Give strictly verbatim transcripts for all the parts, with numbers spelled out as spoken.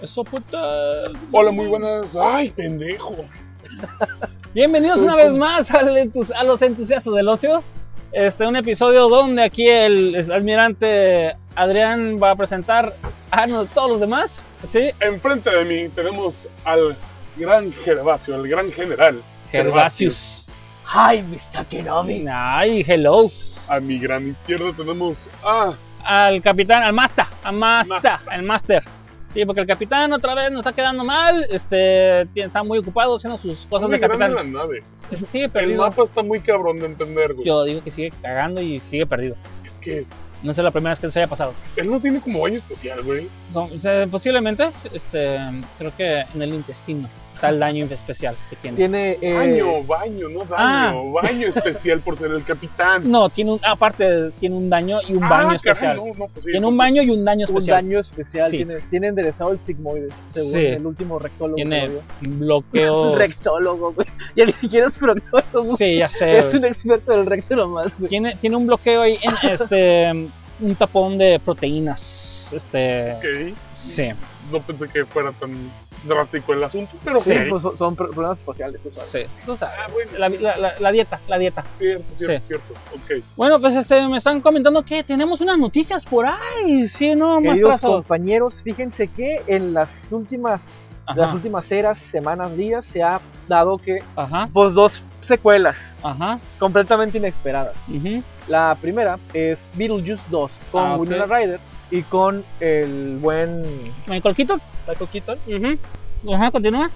Soportar. Hola, muy buenas. Ay, pendejo. Bienvenidos una vez más al entus- a los entusiastas del ocio. Este, un episodio donde aquí el, el almirante Adrián va a presentar a no- todos los demás. ¿Sí? Enfrente de mí tenemos al gran Gervasio, al gran general. Gervasius. Hi, mister Kenobi. Ay, hello. A mi gran izquierda tenemos a... Al capitán, al master, al master, Master. al master. Sí, porque el capitán otra vez nos está quedando mal. Este, tiene- está muy ocupado haciendo sus cosas muy de grande capitán. la nave. Sigue El perdido. mapa está muy cabrón de entender, güey. Yo digo que sigue cagando y sigue perdido. Es que No sé la primera vez que se haya pasado. él no tiene como baño especial, güey. No, o sea, posiblemente, este, creo que en el intestino está el daño especial que tiene. Tiene. Eh, Baño, baño, no daño. Baño especial por ser el capitán. No, tiene un, aparte tiene un daño y un Ah, baño caray, especial. no, no, pues sí, Tiene un entonces- baño y un daño un especial. daño especial. Sí. Tiene, tiene enderezado el sigmoides, según Sí. el último rectólogo. que Tiene lo vio. bloqueos. Rectólogo, güey. Ya ni siquiera es proctólogo. Sí, ya sé. Es güey. un experto del recto nomás, güey. Tiene, tiene un bloqueo ahí en este un tapón de proteínas. Este, Ok. sí, No pensé que fuera tan drástico el asunto, pero Sí, sí. pues son, son pro- problemas espaciales, eso sabes. sí. Tú sabes, Ah, bueno, la, sí. la- la- la dieta, la dieta. Cierto, cierto, Sí. cierto. Ok. Bueno, pues este, me están comentando que tenemos unas noticias por ahí. Sí, no, Queridos maestrazo. compañeros, fíjense que en las últimas, Ajá. las últimas eras, semanas, días, se ha dado que, Ajá, pues, dos secuelas ajá. completamente inesperadas. Ujú. La primera es Beetlejuice dos con Ah, ok. Winona Ryder y con el buen Michael Keaton. Michael Keaton. Ujú. Ajá, continúa.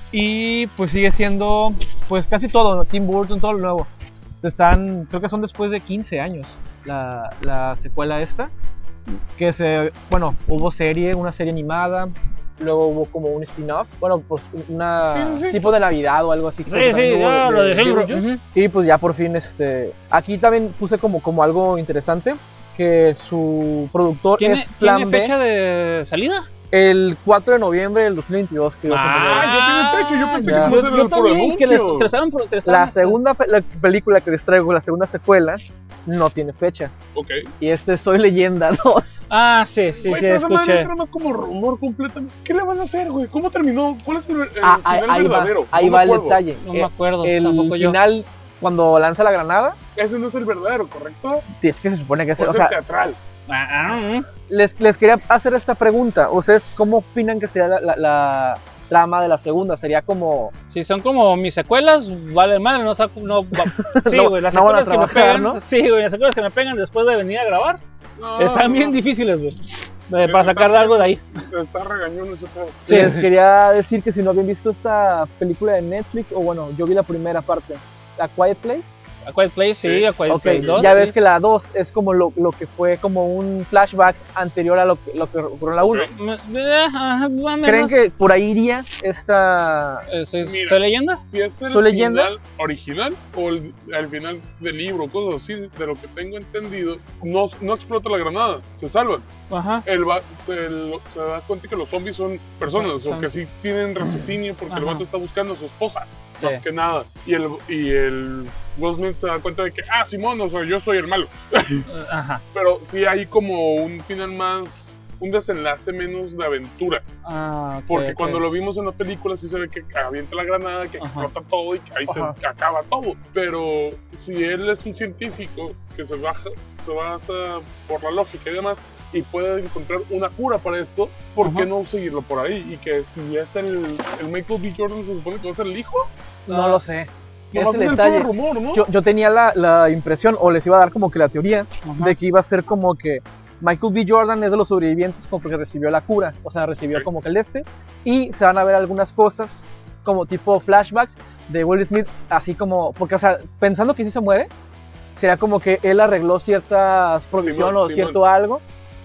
Y pues sigue siendo pues casi todo, ¿no? Tim Burton, todo lo nuevo. Están, creo que son después de quince años la, la secuela esta. Que se, bueno, hubo serie, una serie animada. Luego hubo como un spin-off, bueno, pues una Sí, sí, sí. tipo de Navidad o algo así. que Sí, también sí, hubo ya lo de siempre. Beetlejuice. Ujú. Y pues ya por fin, este, aquí también puse como, como algo interesante, que su productor ¿Tiene, es Plan ¿tiene B, fecha de salida? el cuatro de noviembre del dos mil veintidós. Que iba a tener. Ah, ya tiene fecha, yo pensé ya. que no Yo, se yo era por también, que les, anuncio. que les estaban, que les estaban, La segunda pe- la película que les traigo, la segunda secuela, no tiene fecha. Ok. Y este es Soy Leyenda dos. Ah, sí, sí, Güey, sí, pero esa madre escuché. entra más como rumor completamente. ¿Qué le van a hacer, güey? ¿Cómo terminó? ¿Cuál es el, el Ah, ahí, final ahí va, verdadero? ahí No va me el acuerdo. detalle. No me Eh, acuerdo, el tampoco yo. final, cuando lanza la granada, Ese no es el verdadero, ¿correcto? es que se supone que es, O o es sea, el teatral. Ah, ah, ah. les, les quería hacer esta pregunta. ¿Ustedes cómo opinan que sería la, la- la trama de la segunda? ¿Sería como Si son como mis secuelas, vale madre, no saco, no, va- sí, No- güey, las no van a secuelas que me trabajar, pegan, ¿no? sí, güey, las secuelas que me pegan después de venir a grabar, No, están bien no, difíciles, güey, eh, Sí, para sacar está- algo de ahí. Te está regañando ese pedo. Sí. les quería decir que si no habían visto esta película de Netflix, o bueno, yo vi la primera parte, A Quiet Place. A Quiet Place, sí, Sí. a Quiet Ok, Place dos. ya sí. ves que la dos es como lo, lo que fue como un flashback anterior a lo que, lo que ocurrió en la uno. Ok. Me- eh, ajá, más o ¿Creen menos. que por ahí iría esta... Eh, ¿Soy, Mira. soy leyenda? Si es el ¿Su leyenda? final original o el, el final del libro, cosas así, de lo que tengo entendido, no, no explota la granada, se salvan. Ajá. El va- se, lo- se da cuenta que los zombies son personas Son- o que sí tienen raciocinio porque el Ajá. vato está buscando a su esposa, Sí. más que nada. Y el, y el Will Smith se da cuenta de que, ah, Simón, o sea, yo soy el malo. Ajá. Pero sí hay como un final más, un desenlace menos de aventura. Ah, ok, Porque ok. cuando lo vimos en la película sí se ve que avienta la granada, que Ajá. explota todo y que ahí Ajá. se acaba todo. Pero si él es un científico que se, baja, se basa por la lógica y demás y puede encontrar una cura para esto, ¿por Ajá. qué no seguirlo por ahí? Y que si es el, el Michael B. Jordan, se supone que va a ser el hijo. No lo sé. Nomás Ese es el detalle. puro rumor, ¿no? Yo, yo tenía la, la impresión, o les iba a dar como que la teoría, Ajá. de que iba a ser como que Michael B. Jordan es de los sobrevivientes como porque recibió la cura, o sea, recibió Ok. como que el este, y se van a ver algunas cosas como tipo flashbacks de Will Smith, así como, porque, o sea, pensando que sí se muere, sería como que él arregló ciertas provisiones Simón, o Simón. cierto algo,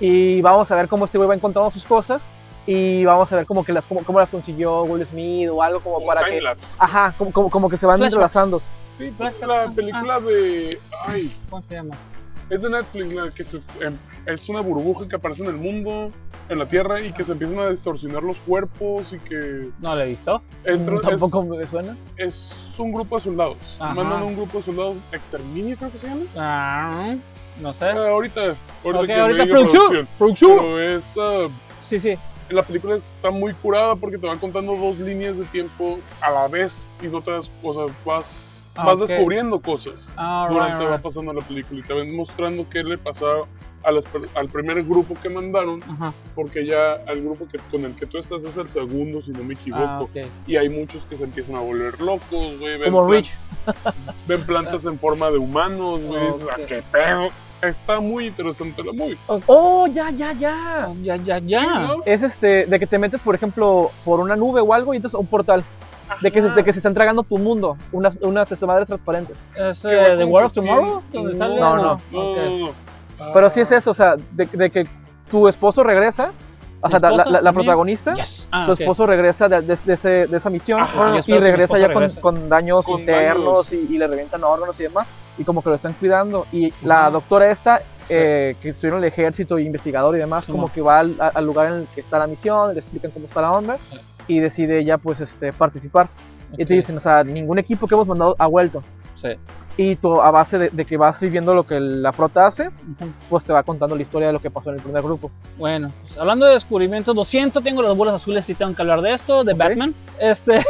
y vamos a ver cómo este güey va encontrando sus cosas, y vamos a ver como que las, cómo, cómo las consiguió Will Smith o algo como, Como para que... timelapse. Ajá, como, como, como que se van Flashbacks. entrelazando. Sí, pues la película de... Ay, ¿Cómo se llama? es de Netflix, la que se, em, es una burbuja que aparece en el mundo, en la Tierra, y que se empiezan a distorsionar los cuerpos y que No lo he visto. entra, Mm, Tampoco me suena. es, es un grupo de soldados. Ajá. Mandan a un grupo de soldados, exterminio creo que se llama. Ah, no sé. Ah, ahorita, ahorita Ok, que me ahorita diga producción. Producción. Pero es, ah, Sí, sí. la película está muy curada porque te van contando dos líneas de tiempo a la vez y no te das cosas, vas, Ah, vas ok. descubriendo cosas Ah, right, durante va right. pasando la película y te van mostrando qué le pasaba a las per- al primer grupo que mandaron, Ajá. porque ya el grupo que, con el que tú estás es el segundo, si no me equivoco. Ah, ok. Y hay muchos que se empiezan a volver locos, güey. ven Como plan- Rich. Ven plantas en forma de humanos, güey. dices, Ok. "Ah, qué pedo". Está muy interesante la movie. Oh, ya, ya, ya. Ah, Ya, ya, ya. Sí, ¿no? Es este, de que te metes, por ejemplo, por una nube o algo y entras a un portal. De que, se, de que se están tragando tu mundo, unas, unas este, madres transparentes. ¿Es Que va eh, The como War que of sí. Tomorrow? ¿Donde No, sale? no, no. No, Ok. no, no. Ah. Pero sí es eso, o sea, de, de que tu esposo regresa, o ¿Mi sea, la, esposa la- la también? protagonista, Yes. Ah, su ok. esposo regresa de, de- de ese- de esa misión Ajá. Yo y espero que mi regresa esposo ya con, regrese. con daños Con internos daños. Y, y le revientan órganos y demás, y como que lo están cuidando. Y la Ajá. doctora esta, eh, que estuvo en el ejército, investigador y demás, Sí, como ma. que va al, a- al lugar en el que está la misión, le explican cómo está la onda, Sí. y decide ella pues este, participar. Y te Ok. dicen, o sea, ningún equipo que hemos mandado ha vuelto. Sí. Y tú, a base de, de que vas viviendo lo que la prota hace, Ujú. pues te va contando la historia de lo que pasó en el primer grupo. Bueno, pues, hablando de descubrimientos, lo siento, tengo las bolas azules y tengo que hablar de esto, de Ok. Batman. Este,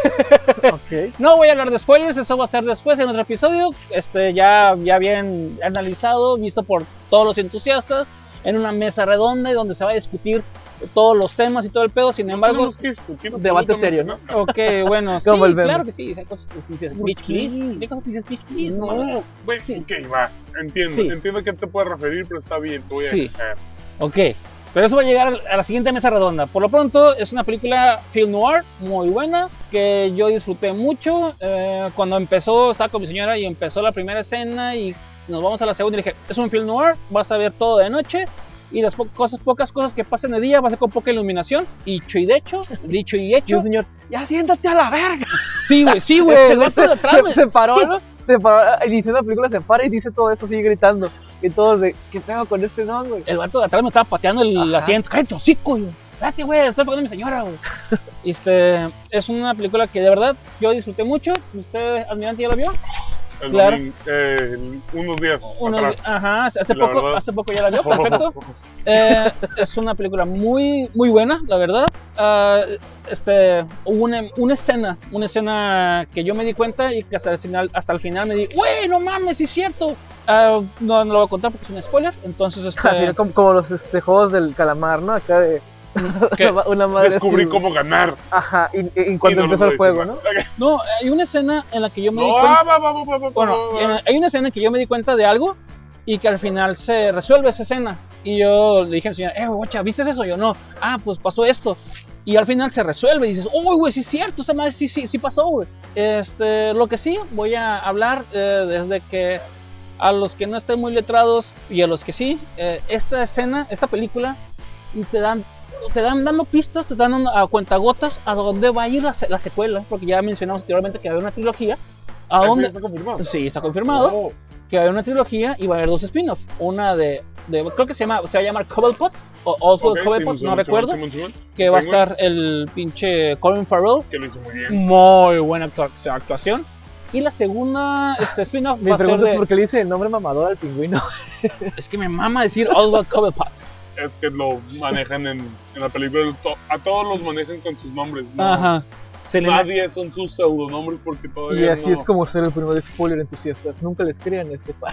Ok. no voy a hablar de spoilers, eso va a ser después en otro episodio. Este, ya, ya bien analizado, visto por todos los entusiastas, en una mesa redonda y donde se va a discutir todos los temas y todo el pedo. Sin embargo, Tenemos que discutir Debate absolutamente serio, ¿no? nada. ok, bueno, sí, Como el meme. claro que sí. Hay cosas que dices ¿Por bitch qué? please. Hay cosas que dices bitch please. No, mames. No, güey, Sí. ok, va, entiendo, Sí. entiendo a qué te puedes referir, pero está bien, te voy a Sí. dejar. Ok, pero eso va a llegar a la siguiente mesa redonda. Por lo pronto, es una película film noir muy buena que yo disfruté mucho. Eh, cuando empezó, estaba con mi señora y empezó la primera escena y nos vamos a la segunda y le dije, es un film noir, vas a ver todo de noche y las po- cosas, pocas cosas que pasen de día va a ser con poca iluminación. Dicho y de hecho, dicho y Y hecho. un señor, ya siéntate a la verga. Sí, güey, sí, güey. Ese El güey vato de atrás, se, güey. se paró, ¿no? Se paró, inició la película, se para y dice todo eso, sigue gritando. Y todos de, ¿qué pedo con este don, güey? El vato de atrás me estaba pateando el Ajá. asiento. ¡Cállate, hocico, güey! Espérate, güey, estoy pagando a mi señora, güey. Este, es una película que de verdad yo disfruté mucho. ¿Usted, admirante, ya la vio? El Claro. domingo, eh, unos días Unos- atrás. ajá, hace La poco, verdad. hace poco ya la vio, perfecto. Eh, es una película muy, muy buena, la verdad. Ah, este, hubo una, una escena, una escena que yo me di cuenta y que hasta el final, hasta el final me di, güey, no mames, sí es cierto. Ah, no, no lo voy a contar porque es un spoiler, entonces este, Así como, como los este, juegos del calamar, ¿no? Acá de ¿Qué? una, una madre Descubrí así. cómo ganar. Ajá, y, y- y cuando Y no empezó les el voy a juego, decir ¿no? nada. no, hay una escena en la que yo me di No, cuenta. va, va, va, va, va, Bueno, va, va. hay una escena en que yo me di cuenta de algo y que al final se resuelve esa escena. Y yo le dije a mi señora, eh, güey, guacha, ¿viste eso? Yo no. Ah, pues pasó esto. Y al final se resuelve y dices, uy, güey, sí es cierto, esa madre sí, sí, sí pasó, güey. Este, lo que sí voy a hablar eh, desde que a los que no estén muy letrados y a los que sí, eh, esta escena, esta película, te dan, te dan dando pistas, te dan a cuentagotas a dónde va a ir la, se- la secuela, porque ya mencionamos anteriormente que había una trilogía. ¿A ¿Eso ya dónde? está confirmado? Sí, está confirmado Oh, que va a haber una trilogía y va a haber dos spin-offs. Una de, de- creo que se llama, se va a llamar Cobblepot o Oswald ok, Cobblepot, Simón, no Simón, recuerdo. Simón, Simón. Que va a Tengo- estar el pinche Colin Farrell, Que lo hizo muy bien. muy buena actua- actuación. Y la segunda este, spin-off Mi va a ser pregunta es de, por qué le dice el nombre mamador al pingüino. es que me mama decir Oswald Cobblepot. Es que lo manejan en, en la película. to- A todos los manejan con sus nombres. No, Ajá. Se le Nadie son sus pseudonombres porque todavía Y así no. es como ser el primer spoiler entusiastas. Nunca les crean este par.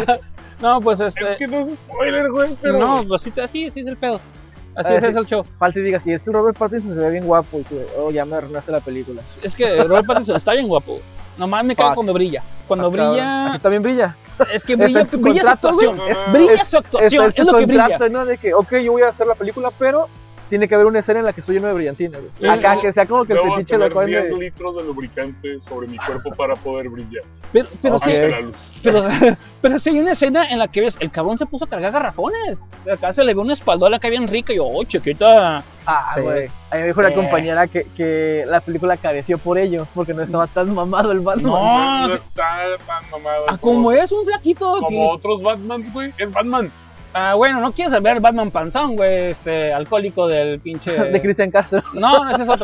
No, pues este, Es que no es spoiler, güey, pero. no, pues sí, así, así es el pedo. Así Ah, es, sí. es el show. Falta y diga, si es que Robert Pattinson se ve bien guapo. Y tú, oh, ya me arruinaste la película. Es que Robert Pattinson está bien guapo. Nomás me cae Fuck. cuando brilla. Cuando Ah, cabrón. brilla, Aquí también brilla. es que brilla, Está en su brilla su contrato, actuación. güey. Es- brilla Es- su actuación, Está es en lo su que brilla. contrato, ¿no? De que, ok, yo voy a hacer la película, pero tiene que haber una escena en la que estoy lleno de brillantina, güey. Sí, Acá, no, que sea como que el Debo fetiche lo tener acaban diez de... litros de lubricante sobre mi cuerpo para poder brillar. Pero, pero, Ok. sí, Ante la luz. pero, pero sí hay una escena en la que ves, el cabrón se puso a cargar garrafones. Acá se le ve una espaldola acá bien rica y yo, oh, chiquita. Ah, Sí. güey. A mí me dijo una Eh. compañera que, que la película careció por ello, porque no estaba tan mamado el Batman. No, No, sí. está tan mamado. Ah, como es un flaquito. Como que- otros Batman, güey. Es Batman. Ah, bueno, no quieres ver Batman panzón, güey, este, alcohólico del pinche... De Cristian Castro. No, no, ese es otro.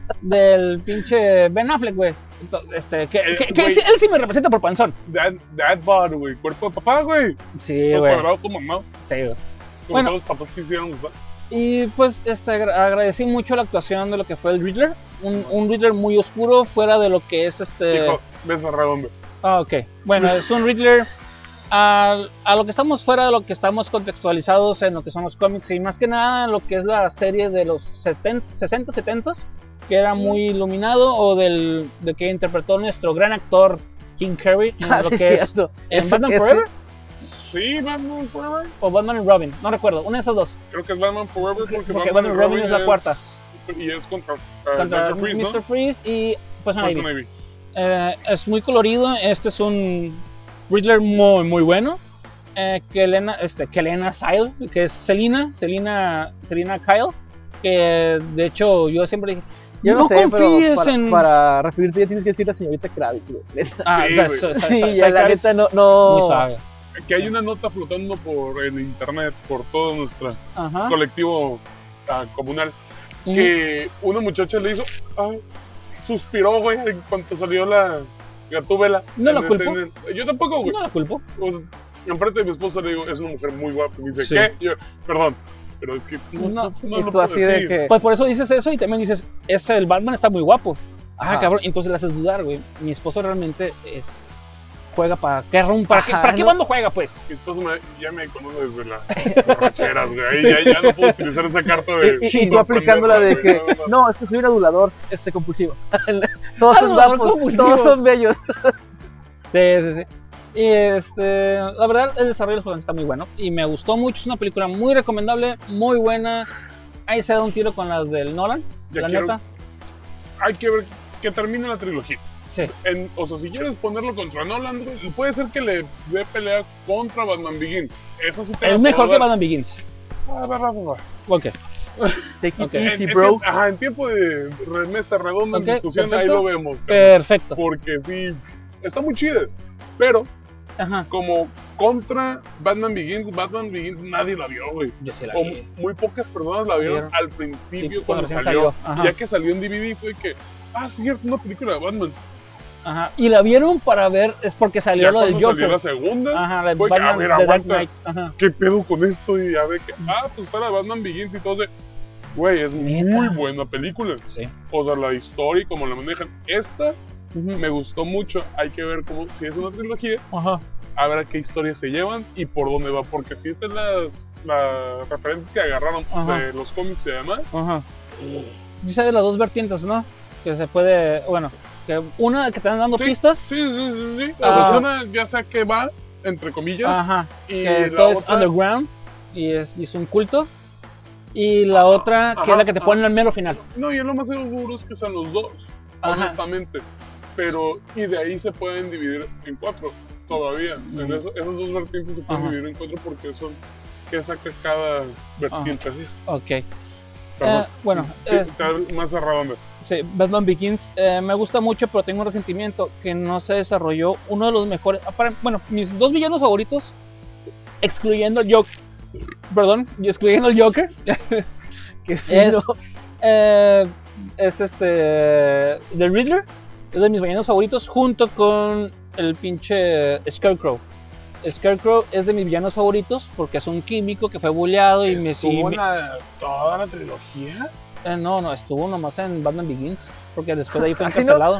Del pinche Ben Affleck, güey. Ento- Este, que, Eh, que, que güey. sí- él sí me representa por panzón. Dad, dad bod, güey. Cuerpo de papá, güey. Sí, Todo güey. cuadrado como mamá. Sí, güey. Como Bueno. todos los papás quisieran gustar. Y pues este, agradecí mucho la actuación de lo que fue el Riddler. Un, un Riddler muy oscuro, fuera de lo que es este. Hijo, beso redondo. Ah, ok. Bueno, es un Riddler. A, a lo que estamos fuera de lo que estamos contextualizados en lo que son los cómics y más que nada lo que es la serie de los setenta, sesenta, setenta, que era muy iluminado, o del de que interpretó nuestro gran actor Jim Carrey en Ah, lo sí, que es cierto. en Ese- Batman ese- Forever Sí, Batman Forever. o Batman and Robin, no recuerdo, una de esas dos. Creo que es Batman Forever porque, Porque Batman and Robin es la cuarta. Y es contra, uh, Contra doctor Freeze, ¿no? mister Freeze y Poison Ivy. Poison Ivy. Eh, es muy colorido. Este es un Riddler muy muy bueno. Eh, que Elena, este, que Elena Kyle, que es Selina, Selina, Selina Kyle, que de hecho yo siempre dije, Yo no no, sé, pero confíes para, en. para referirte ya tienes que decir la señorita Kravitz, güey. Neta. Ah, Sí, o sea, güey. so- so- Sí, so- ya Soy la Kravitz, neta no, no... muy suave. Que hay una nota flotando por el internet, por todo nuestro Ajá. colectivo ah, comunal, Ujú. que una muchacha le hizo, ah, suspiró, güey, en cuanto salió la Gatúbela. No la En culpo. ese- en- Yo tampoco, güey. No la culpo. O sea, enfrente de mi esposa le digo, es una mujer muy guapa. Y me dice, Sí. ¿qué? Yo, perdón, pero es que no, No, no, no y lo tú puedo así de decir. que... Pues por eso dices eso y también dices, es el Batman está muy guapo. Ah, Ajá. cabrón, entonces le haces dudar, güey. Mi esposo realmente es juega para qué rum, para qué, Ajá, para qué no. bando juega, pues. Mi esposo me- ya me conoce desde las borracheras, güey. Ahí ya, ya no puedo utilizar esa carta de. Y, y- y tú aplicándola de que, sorprenderla, güey. no, es que soy un adulador este, compulsivo. Todos son Adulador guapos, compulsivo. todos son bellos. Sí, sí, sí. Y este, la verdad, el desarrollo del juego está muy bueno y me gustó mucho. Es una película muy recomendable, muy buena. Ahí se da un tiro con las del Nolan, Ya la quiero- neta. Hay que ver que termine la trilogía. Sí. En- o sea, si quieres ponerlo contra Nolan, güey, puede ser que le dé pelea contra Batman Begins. Eso sí te la Es puedo mejor que dar. Batman Begins. Ah, va, va, va, va. Ok. Take it Ok. easy, En- en bro. tiempo- Ajá, en tiempo de re- mesa redonda Ok, en discusión, ahí perfecto. lo vemos. cabrón. Perfecto. Porque sí, está muy chida. Pero, Ajá. como contra Batman Begins, Batman Begins nadie la vio, güey. Yo sí la O vi. muy pocas personas la vieron Vieron. al principio Sí, cuando cuando recién salió. salió. Ajá. Ya que salió en D V D fue que, ah, sí, es cierto, una película de Batman. Ajá. Y la vieron para ver, es porque salió Ya lo del cuando salió Joker. la segunda, Ajá, la de fue que, a Batman ver, de Dark aguanta. Knight. Ajá. ¿qué pedo con esto? Y ya ve que, ah, pues está la de Batman Begins y todo de, güey, es muy Neta. buena película. Sí. O sea, la historia y cómo la manejan. Esta Ujú. me gustó mucho. Hay que ver cómo, si es una trilogía, Ajá. a ver a qué historias se llevan y por dónde va. Porque si es en las, las referencias que agarraron Ajá. de los cómics y demás, Ajá. Dice de las dos vertientes, ¿no? Que se puede, bueno, que una que te están dando Sí. pistas. sí, sí, sí, sí. O Ah. sea, una ya sea que va, entre comillas, Ajá. y Que la todo es otra, underground y es, y es un culto. Y la otra, que ajá, es la que te ajá. ponen al mero final. no, yo lo más seguro es que sean los dos, Ajá. honestamente. Pero, y de ahí se pueden dividir en cuatro todavía. En Mm. eso- esas dos vertientes se pueden Ajá. dividir en cuatro porque son que saca cada vertiente. Así es. Ok. Perdón. Eh, bueno, Te- es- te- más cerrado. Sí, Batman Begins eh, me gusta mucho, pero tengo un resentimiento que no se desarrolló uno de los mejores. apar- Bueno, mis dos villanos favoritos, excluyendo el Joker, perdón, y excluyendo el Joker, Que es, fino. eh, es este. The Riddler, es de mis villanos favoritos, junto con el pinche Scarecrow. Scarecrow es de mis villanos favoritos porque es un químico que fue bulleado y me sí, ¿Estuvo me- la- toda la trilogía? eh, no, no, estuvo nomás en Batman Begins, porque después de ahí fue ¿Así no? encarcelado.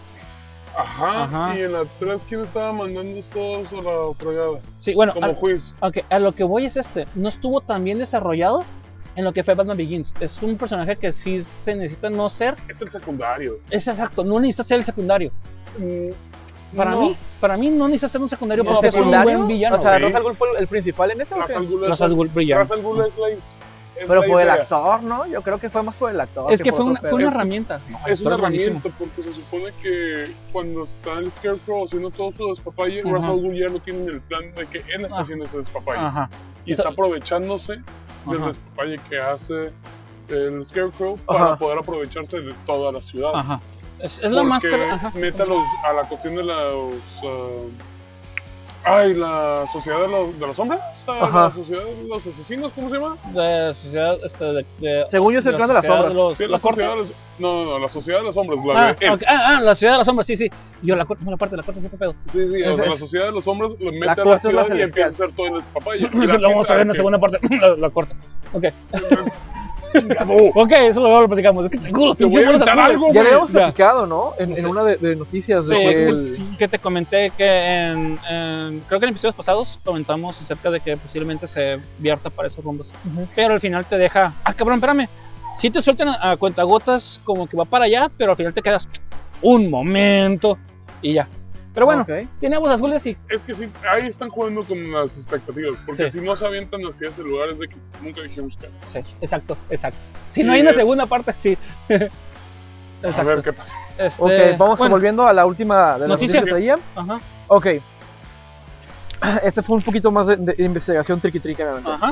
Ajá. Ajá. Y en la tres, ¿quién estaba mandando todos a la fregada? Sí, bueno, Como a, juez. ok, a lo que voy es este, no estuvo tan bien desarrollado en lo que fue Batman Begins. Es un personaje que sí se necesita no ser, Es el secundario. es exacto, no necesita ser el secundario. Mm, Para no. mí, para mí no necesita ser un secundario ¿El porque es un secundario? buen villano. O sea, Sí. ¿Ra's al Ghul fue el principal en eso? o Ra's qué? al Ghul es Ra's al Ghul brillante. Ra's al Ghul es la is- es Pero la por el idea. actor, ¿no? Yo creo que fue más por el actor. Es que fue por una, otro fue una pedo. herramienta. No, el Es actor una buenísimo. herramienta porque se supone que cuando está el Scarecrow haciendo todo su despapalle, Ajá. Ra's al Ghul ya no tiene el plan de que él está Ah. haciendo ese despapalle. Ajá. Y está aprovechándose del Ajá. despapalle que hace el Scarecrow para Ajá. poder aprovecharse de toda la ciudad. Ajá. Es, es la Porque máscara. Ajá. mete a, los- a la cuestión de los uh, Ay, la sociedad de los, de los hombres. La, Ajá. la sociedad de los asesinos, ¿cómo se llama? De sociedad, este, de, de- Según yo es el clan de las sociedad sombras. los- Sí, la la corte. sociedad de los. No, no, no, la sociedad de los hombres. La Ah, de él. ok. ah, ah, la ciudad de las sombras, sí, sí. Yo la corte, no, la parte, la corte, ¿qué pedo? Sí, sí, o Es- sea, la es- sociedad de los hombres lo mete La a la corte es la ciudad y celestial. empieza a hacer todo el despapaya. Eso lo vamos a ver en la segunda parte, la, la corte. Ok. Chingado. Ok, eso luego lo platicamos. Es que te culo, Te voy a buenas aventar azules. algo, Ya güey. le habíamos Ya. platicado, ¿no? En, Sí. en una de, de noticias. Sí, de es que que, el- sí, que te comenté que en, en- creo que en episodios pasados comentamos acerca de que posiblemente se vierta para esos rumbos. Ujú. Pero al final te deja, ah, cabrón, espérame. Si te sueltan a, a cuentagotas como que va para allá, pero al final te quedas un momento y ya. Pero bueno, Ok. tiene aguas azules y Es que sí, ahí están jugando con las expectativas. Porque Sí. si no se avientan hacia ese lugar es de que nunca dijimos que. sí, exacto, exacto. Si Sí, no hay una es- segunda parte, sí. A ver Exacto. qué pasa. Este, Ok, vamos bueno, volviendo a la última de las Noticia. noticias que traía. Ajá, Ok. Este fue un poquito más de, de investigación triqui triqui, obviamente. ajá.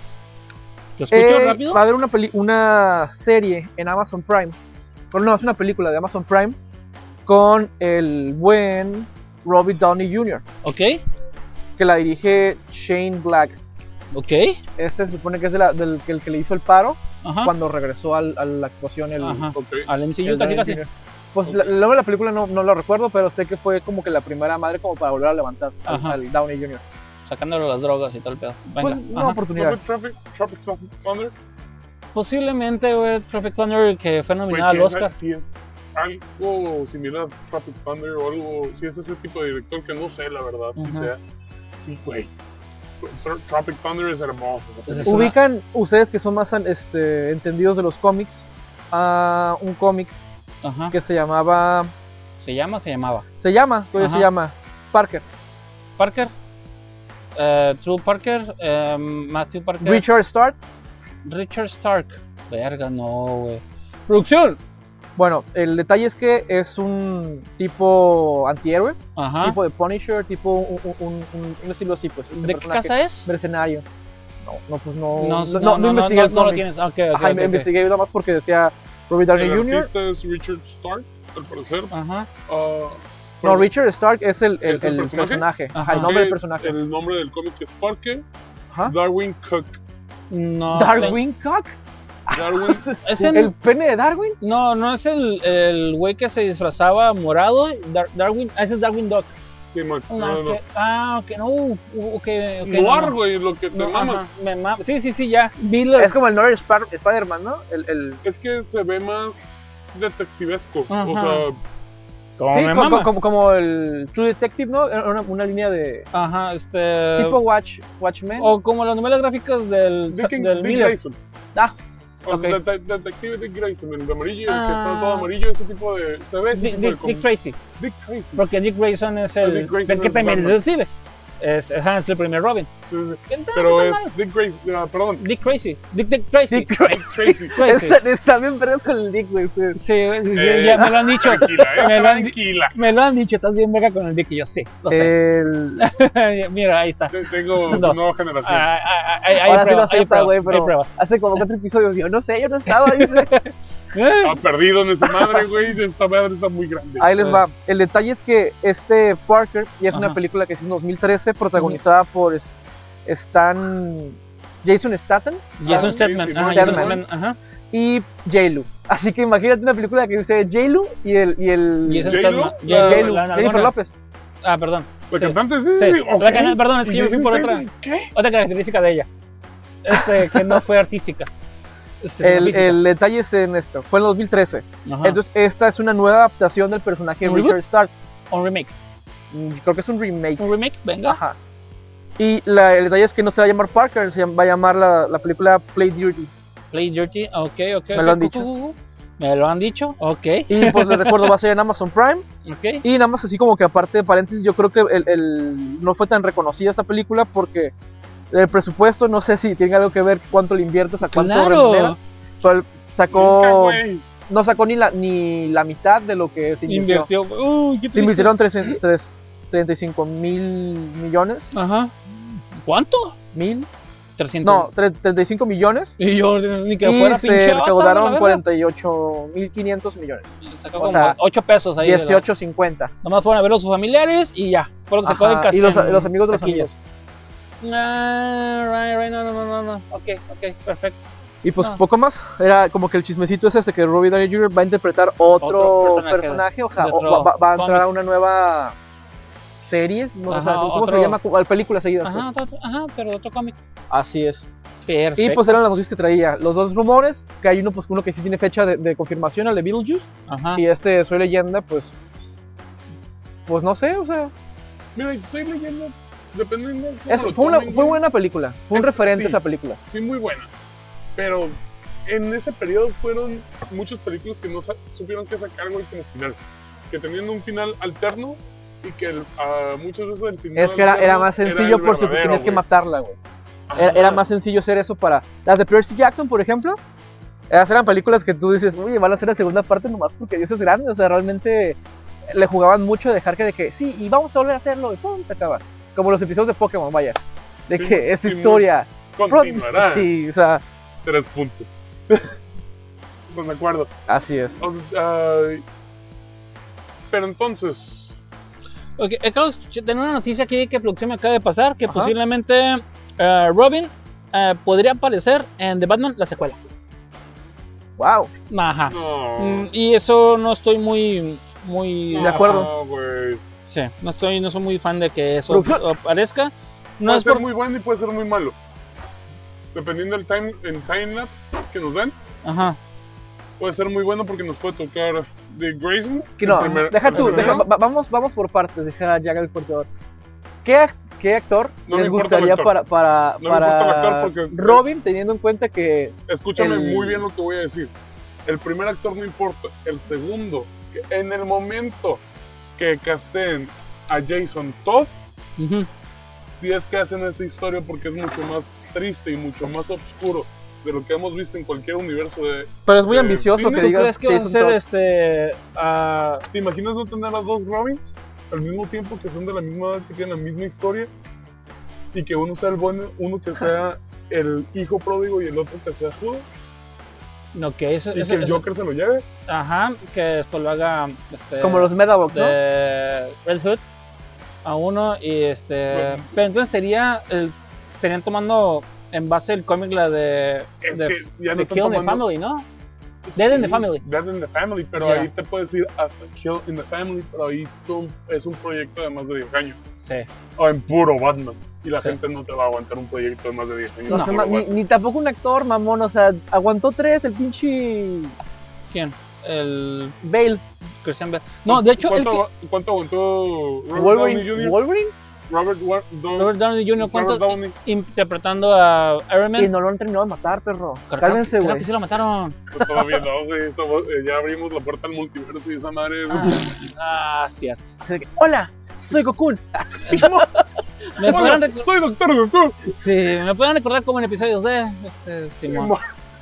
¿Lo escucho Eh, rápido? Va a haber una, peli- una serie en Amazon Prime. Pero no, es una película de Amazon Prime con el buen Robert Downey junior Ok, que la dirige Shane Black. ok. Este se supone que es de la- del que el que le hizo el paro Ajá. cuando regresó al- a la actuación el, Ajá. Ok. Al M C U el casi Downey casi. junior Pues la- el nombre de la película no, no lo recuerdo, pero sé que fue como que la primera madre como para volver a levantar al, Ajá. al Downey junior Sacándole las drogas y todo el pedo. Venga. Pues una ajá. oportunidad. ¿No fue Tropic, Tropic Thunder? Posiblemente, güey, Tropic Thunder, que fue Pues nominada sí, al es- Oscar. Si es algo similar a Tropic Thunder o algo, si es ese tipo de director que no sé la verdad, si Ujú. sea. Sí, güey. Tro- Tropic Thunder es hermosa esa película. Es una- Ubican ustedes que son más este, entendidos de los cómics a un cómic Ajá. que se llamaba ¿Se llama? Se llamaba. se llama todavía se Ajá. llama Parker. Parker. eh, True Parker. eh, Matthew Parker. Richard Stark. Richard Stark. Verga, no, güey. Producción. Bueno, el detalle es que es un tipo antihéroe, Ajá. tipo de Punisher, tipo un, un- un- un- un estilo así, pues. este ¿De qué personaje casa es? mercenario. No, no, pues no. No, No, no, no investigué no, el no lo cómic. tienes. Ok, ok, Ajá, ok, me ok. investigué nada más porque decía Robert Downey El junior artista es Richard Stark, al parecer. Ajá. Ah, No, pero Richard Stark es el, el, ¿Es el el personaje? personaje. Ajá, Ajá. el nombre del que personaje. El nombre del cómic es Parker Ajá. Darwin Cook. No. Darwin Cock. Darwin. Es en- El pene de Darwin. No, no es el el güey que se disfrazaba morado. Dar- Darwin. Ah, ese es Darwin Duck. Sí, man. No, No, no, que- ah, ok, no, uf, ok, ok. Noir, no, no. güey, lo que te No, mama. ajá, me mama. Sí, sí, sí, ya. Vi los- Es como el Noir Spar- Spider-Man, ¿no? El, el... Es que se ve más detectivesco. Ajá. O sea, Como Sí, me co- mama. co- como, como el True Detective, ¿no? Era Una, una línea de Ajá, este. tipo Watch, Watchmen. O como las novelas gráficas del, Dick, del Dick Miller. Grayson. Ah, O sea, ok. det- detective Dick Grayson, el de amarillo, el Ah. que está todo amarillo, ese tipo de. Se ve ese Dick, tipo de Dick, cómic. Dick Tracy. Dick Tracy. Porque Dick Grayson es Ah, el, Dick Grayson el que es también es Batman. detective. Es, ajá, es el primer Robin. Sí, sí. Entonces, Pero no es está mal. Dick Grayson. ah, perdón. Dick Tracy. Dick, Dick Tracy. Dick Grayson. Tracy. Tracy. Están, están bien perdidos con el Dick, güey, ustedes. Sí, sí, sí, Eh, ya me lo han dicho. Tranquila, eh. Me lo han- Tranquila. Me lo han dicho, estás bien verga con el Dick y yo sí, lo sé. El... Mira, ahí está. Te- Tengo Dos. nueva generación. Ah, ah, ah, hay, hay Ahora sí lo pruebas, hay acepta, pruebas, güey, hay pero pruebas. hace como cuatro episodios. Yo no sé, yo no estaba. Dice. Eh, Está perdido en esa madre, güey. Esta madre está muy grande. Ahí les va. El detalle es que este Parker, y es una Ajá. película que es en dos mil trece, protagonizada por es- Stan. Jason Statham Jason sí, Statham, sí, ajá, Statham. Jason Statham, ajá. y J-Lo. Así que imagínate una película que dice J-Lo y el. Y el Jason J-Lo, Statham, la- J- J-Lo, la Jennifer nalgona. López. Ah, perdón. La Sí. cantante, sí, Sí. sí, ok. La cana- perdón, es que Y yo me fui Jason por Statham, otra. ¿Qué? Otra característica de ella. Este, que no fue artística. Este, El, física. el detalle es en esto. Fue en dos mil trece. Ajá. Entonces, esta es una nueva adaptación del personaje de ¿Un reboot? Richard Stark. un remake. Mm, Creo que es un remake. Un remake, venga. Ajá. Y la- el detalle es que no se va a llamar Parker, se llama- va a llamar la, la película Play Dirty. Play Dirty, ok, ok. Me ok, lo han cu- dicho. cu- cu- Me lo han dicho, ok. Y pues les recuerdo, va a ser en Amazon Prime. Ok. Y nada más así como que aparte de paréntesis, yo creo que el, el- no fue tan reconocida esta película porque el presupuesto, no sé si tiene algo que ver cuánto le inviertes, a cuánto Claro. remuneras. Pero él Nunca, sacó, güey. no sacó ni la, ni la mitad de lo que se invirtió. Invirtió. Uy, qué Se triste. invirtieron tres- tres- treinta y cinco mil millones. Ajá. ¿Cuánto? Mil. trescientos. No, tre- treinta y cinco millones. Y yo ni que Y fuera se pinche Avatar, la recaudaron verga. cuarenta y ocho mil quinientos millones. Le sacó o como sea, ocho pesos ahí. de la- dieciocho cincuenta. Nomás fueron a ver a sus familiares y ya. Fue lo que se sacó en Ajá, casa. y los, en los amigos de los taquillas. amigos. Ah, right, right, no, no, no, no, no. Ok, ok, perfecto. Y pues Ah. poco más. Era como que el chismecito es ese que Robert Downey junior va a interpretar otro, Otro personaje personaje, o sea, de o otro va, va- va a entrar cómic. a una nueva series, no, Ajá, o sea, ¿cómo otro- se llama? Como- película seguida. Ajá, otro- ajá, pero de otro cómic. Así es. Perfecto. Y pues eran las noticias que traía. Los dos rumores, que hay uno, pues uno que sí tiene fecha de, de confirmación, el de Beetlejuice, Ajá. y este Soy Leyenda, pues, pues no sé, o sea, Mira, soy leyendo, dependiendo de cómo es- lo fue, una, tomen, fue güey. buena película, fue un Es- referente sí. esa película. Sí, muy buena. Pero en ese periodo fueron muchas películas que no sa- supieron qué sacar, güey, como final. Que tenían un final alterno y que el- ah, muchas veces el final Es que era, alterno era más sencillo el por si verdadero, tenías que güey. matarla, güey. Ajá. Era, era más sencillo hacer eso para... Las de Percy Jackson, por ejemplo, esas eran películas que tú dices, oye, van a hacer la segunda parte nomás porque Dios es grande, o sea, realmente le jugaban mucho a dejar que de que, sí, y vamos a volver a hacerlo, y pum, se acaba. Como los episodios de Pokémon, vaya. De Sí, que esta sí, historia... Continuará. Sí, o sea, Tres puntos. Pues de acuerdo. así es. O sea, ay, pero entonces, Ok, acabo de escuchar- tener una noticia aquí que producción me acaba de pasar, que Ajá. posiblemente eh, Robin eh, podría aparecer en The Batman, la secuela. Wow. Ajá. no. Mm, Y eso no estoy muy, muy... De acuerdo. No, güey. Sí, no estoy, no soy muy fan de que eso Producción. aparezca. No Puede es ser por... muy bueno y puede ser muy malo. Dependiendo del time, en timelapse que nos den, Ajá. puede ser muy bueno porque nos puede tocar de Grayson. Que el no, primer- deja el tú, deja- primero. va- vamos, vamos por partes, deja ya el portador. ¿Qué, ¿Qué actor No me les importa el gustaría actor. para, para, No me para importa el actor porque- Robin, teniendo en cuenta que Escúchame el- muy bien lo que voy a decir. El primer actor no importa. El segundo, que en el momento que casteen a Jason Todd, Ujú. si es que hacen esa historia porque es mucho más triste y mucho más oscuro de lo que hemos visto en cualquier universo de... pero es muy Eh, ambicioso sí, que ¿tú ¿Tú crees digas que va a Jason ser Todd. este... ah, ¿Te imaginas no tener a dos Robins al mismo tiempo que son de la misma edad, que tienen la misma historia? Y que uno sea el bueno, uno que sea el hijo pródigo y el otro que sea Judas. no, que eso, Y eso- que el eso- Joker se lo lleve. Ajá, que después lo haga... Este, Como los Medabox, ¿no? de Red Hood a uno y este... Bueno. Pero entonces sería... El, estarían tomando en base el cómic la de... Es de, que ya no de están Kill in the tomando- Family, ¿no? Dead in the Family. Dead in the Family, pero Ya. ahí te puedes ir hasta Kill in the Family, pero ahí son, es un proyecto de más de diez años. Sí. O en puro Batman. Y la Sí. gente no te va a aguantar un proyecto de más de diez años. No, en se puro ma- ni, Batman. ni tampoco un actor, mamón, o sea, aguantó tres el pinche ¿Quién? El Bale. Christian Bale. No, de hecho, el ¿Cuánto, que, ¿cuánto aguantó Robert Downey Wolverine, junior? Wolverine, Robert, Wa- Dow- Robert Downey junior ¿cuánto Robert Downey. interpretando a Iron Man? y no lo han terminado de matar, perro. Claro- Cálmense, claro güey. que sí lo mataron. Pues todavía no, güey. estamos- eh, ya abrimos la puerta al multiverso y esa madre es... Ah, ah, cierto. Así de que, hola, soy Goku. Sí, me podrán Hola, recordar, soy Doctor Goku. sí, me podrán recordar como en episodios de este Simón.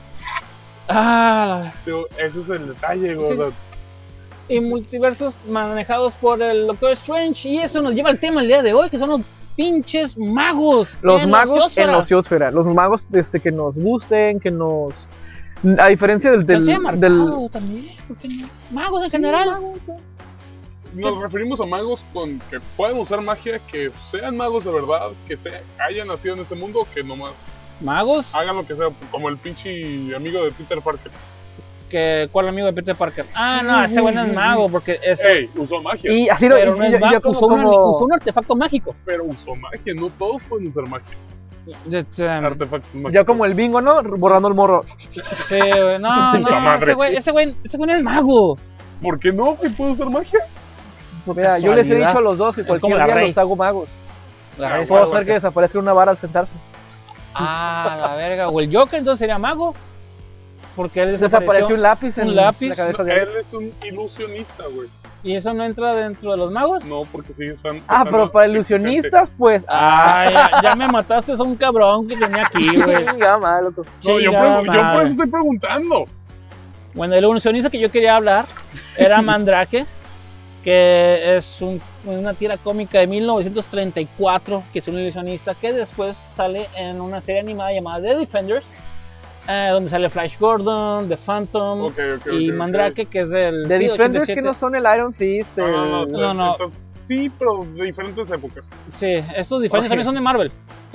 Ah, Tío, ese es el detalle, güey. Sí. O sea, y multiversos manejados por el Doctor Strange y eso nos lleva al tema el día de hoy que son los pinches magos. Los en la magos en Ociosfera. la Ociosfera. Los magos desde que nos gusten, que nos... A diferencia del... Que del, se haya marcado del también, ¿por qué no? Magos en general. nos referimos a magos con que puedan usar magia, que sean magos de verdad, que se hayan nacido en ese mundo, o que nomás Magos, hagan lo que sea, como el pinche amigo de Peter Parker. que ¿cuál amigo de Peter Parker? Ah, no, ese güey no es mago porque es Ey, usó magia, Y así lo... pero y- no y- es yo- mago, yo usó, un- como- usó un artefacto mágico. pero usó magia, no todos pueden usar magia. De- de- Artefactos mágicos. Ya como el bingo, ¿no? Borrando el morro. Sí, güey, no, Puta no, madre. ese güey, ese güey, ese güey no es mago. ¿Por qué no? ¿Que puede usar magia? Por Mira, yo les he casualidad. dicho a los dos que Es como cualquier la día Rey. los hago magos. La Ah, raíz Puedo Skywalker. hacer que desaparezca una vara al sentarse. Ah, la verga. O el Joker entonces sería mago. Porque él Desapareció desapareció. un lápiz en un lápiz. la cabeza de Él alguien. es un ilusionista, güey. ¿Y eso no entra dentro de los magos? No, porque sí están... Ah, están pero para existentes. ilusionistas, pues... Ah, ya, ya me mataste a un cabrón que tenía aquí, güey. Chinga, madre, loco. No, yo, Chingada pregu- yo por madre. eso estoy preguntando. Bueno, el ilusionista que yo quería hablar era Mandrake, que es un una tira cómica de mil novecientos treinta y cuatro que es un ilusionista que después sale en una serie animada llamada The Defenders, eh, donde sale Flash Gordon, The Phantom Ok, ok, y ok, Mandrake, ok. que es el The sí, Defenders ochenta y siete. que no son el Iron Fist. No, no, el- no, No, no. estás- sí, pero de diferentes épocas. Sí, estos Defenders Ok. también son de Marvel,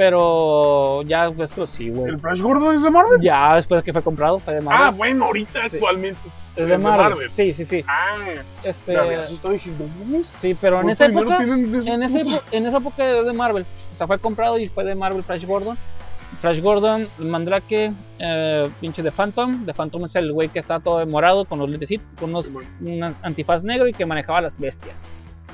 pero ya pues que sí, güey. ¿El Flash Gordon es de Marvel? Ya después que fue comprado fue de Ah, Marvel. bueno, ahorita Sí. actualmente es, es de Marvel. Sí, sí, sí. Ah, Este, me había asustado y dije, ¿no mames? sí, pero en ¿Cuánto esa dinero época tienen de esos En, ese, putos? epo- en esa época es de Marvel, o sea, fue comprado y fue de Marvel Flash Gordon. Flash Gordon, Mandrake, eh, pinche de Phantom. De Phantom es el güey que está todo morado con los lentecitos, con unos, un antifaz negro y que manejaba las bestias.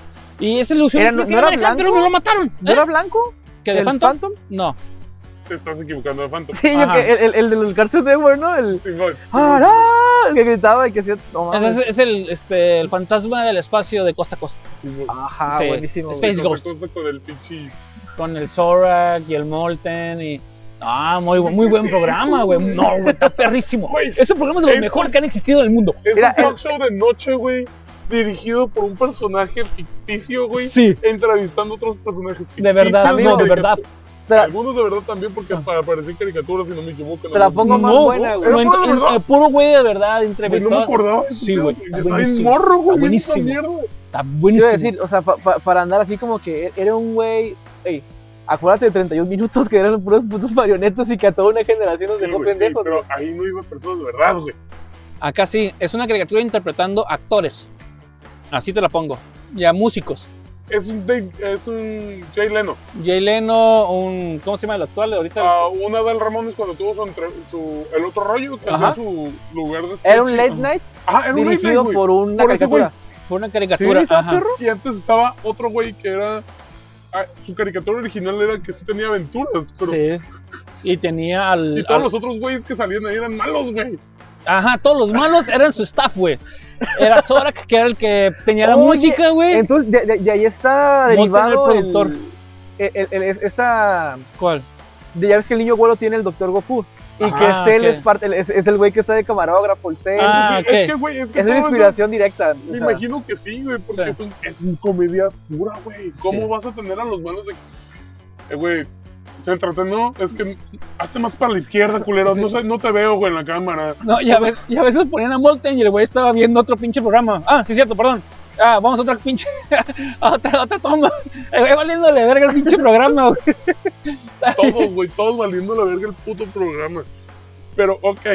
Y ese ilusión Era- ¿no- no era manejar, pero blanco? me lo mataron. ¿No ¿eh? era blanco? ¿Que de ¿El Phantom? Phantom? No. Te estás equivocando de Phantom. Sí, yo Ajá. que, el, el, el del Cartoon Network, ¿no? El. Sí, voy. ¡Ah, no! El que gritaba y que hacía. No, Ese mames. Es, es el, este, el fantasma del espacio de costa a costa. Sí, voy. Ajá, Sí. buenísimo. güey. Space Costa a Ghost. costa con el pinche. Con el Zorak y el Molten y... Ah, muy, bu- muy buen programa, güey. No, güey, está perrísimo. Güey, Ese programa es de los eso- mejores que han existido en el mundo. Es Mira, un talk el- show de noche, güey. Dirigido por un personaje ficticio, güey. Sí. Entrevistando a otros personajes ficticios. De verdad, amigo, no, de caricatura- verdad. Te la, Algunos de verdad también, porque para parecer caricaturas, si no me equivoco. te la pongo más No, buena, güey. Era en- puro de en- verdad. eh, puro güey de verdad, Güey, entrevistado. no me acordaba de eso. Sí, güey. Yo Está estaba bien buenísimo. morro, güey. Está viendo esa buenísimo. mierda. Está Te buenísimo. iba a decir, o sea, pa- pa- para andar así como que era un güey. Ey, acuérdate de treinta y un minutos que eran puros putos marionetas y que a toda una generación nos Sí, dejó güey, sí, pendejos. pero ahí no iban personas de verdad, güey. Acá sí, es una caricatura interpretando actores. Así te la pongo. Ya músicos. Es un, Dave, es un Jay Leno. Jay Leno, un. ¿Cómo se llama el actual? Ahorita. Ah, una de Ramones cuando tuvo su, entre- su el otro rollo, que Ajá. hacía su lugar de sketch. Era un late night Ajá, era un late dirigido night, güey. por una Por ese güey. caricatura. fue una caricatura. ¿Sí, está ajá. perro? Y antes estaba otro güey que era... ah, su caricatura original era que sí tenía aventuras, pero... Sí. Y tenía al. Y todos al- los otros güeyes que salían ahí eran malos, güey. Ajá, todos los malos eran su staff, güey. Era Zorak, que era el que tenía la Oye, música, güey. Entonces, de, de- de ahí está Molten, derivado el el productor. el- el- el- es- esta. ¿Cuál? de- ya ves que el niño abuelo tiene el doctor Goku. Y Ajá, que Cell ok. es parte, es, es el güey que está de camarógrafo, el Cell. Ah, Sí, ok. Es que, güey, es que es todo una eso- inspiración directa. o Me sea, imagino que sí, güey, porque Sí. es, un, es una comedia pura, güey. ¿Cómo Sí. vas a tener a los malos de... Eh, güey, se entretenó, es que... Hazte más para la izquierda, culero, no, sé, no te veo, güey, en la cámara. No, y a, veces, y a veces ponían a Molten y el güey estaba viendo otro pinche programa. Ah, sí, cierto, perdón. Ah, vamos a otra pinche. a otra, otra toma. El güey valiéndole verga el pinche programa, güey. Todos, güey, todos valiendo la verga el puto programa. Pero, ok.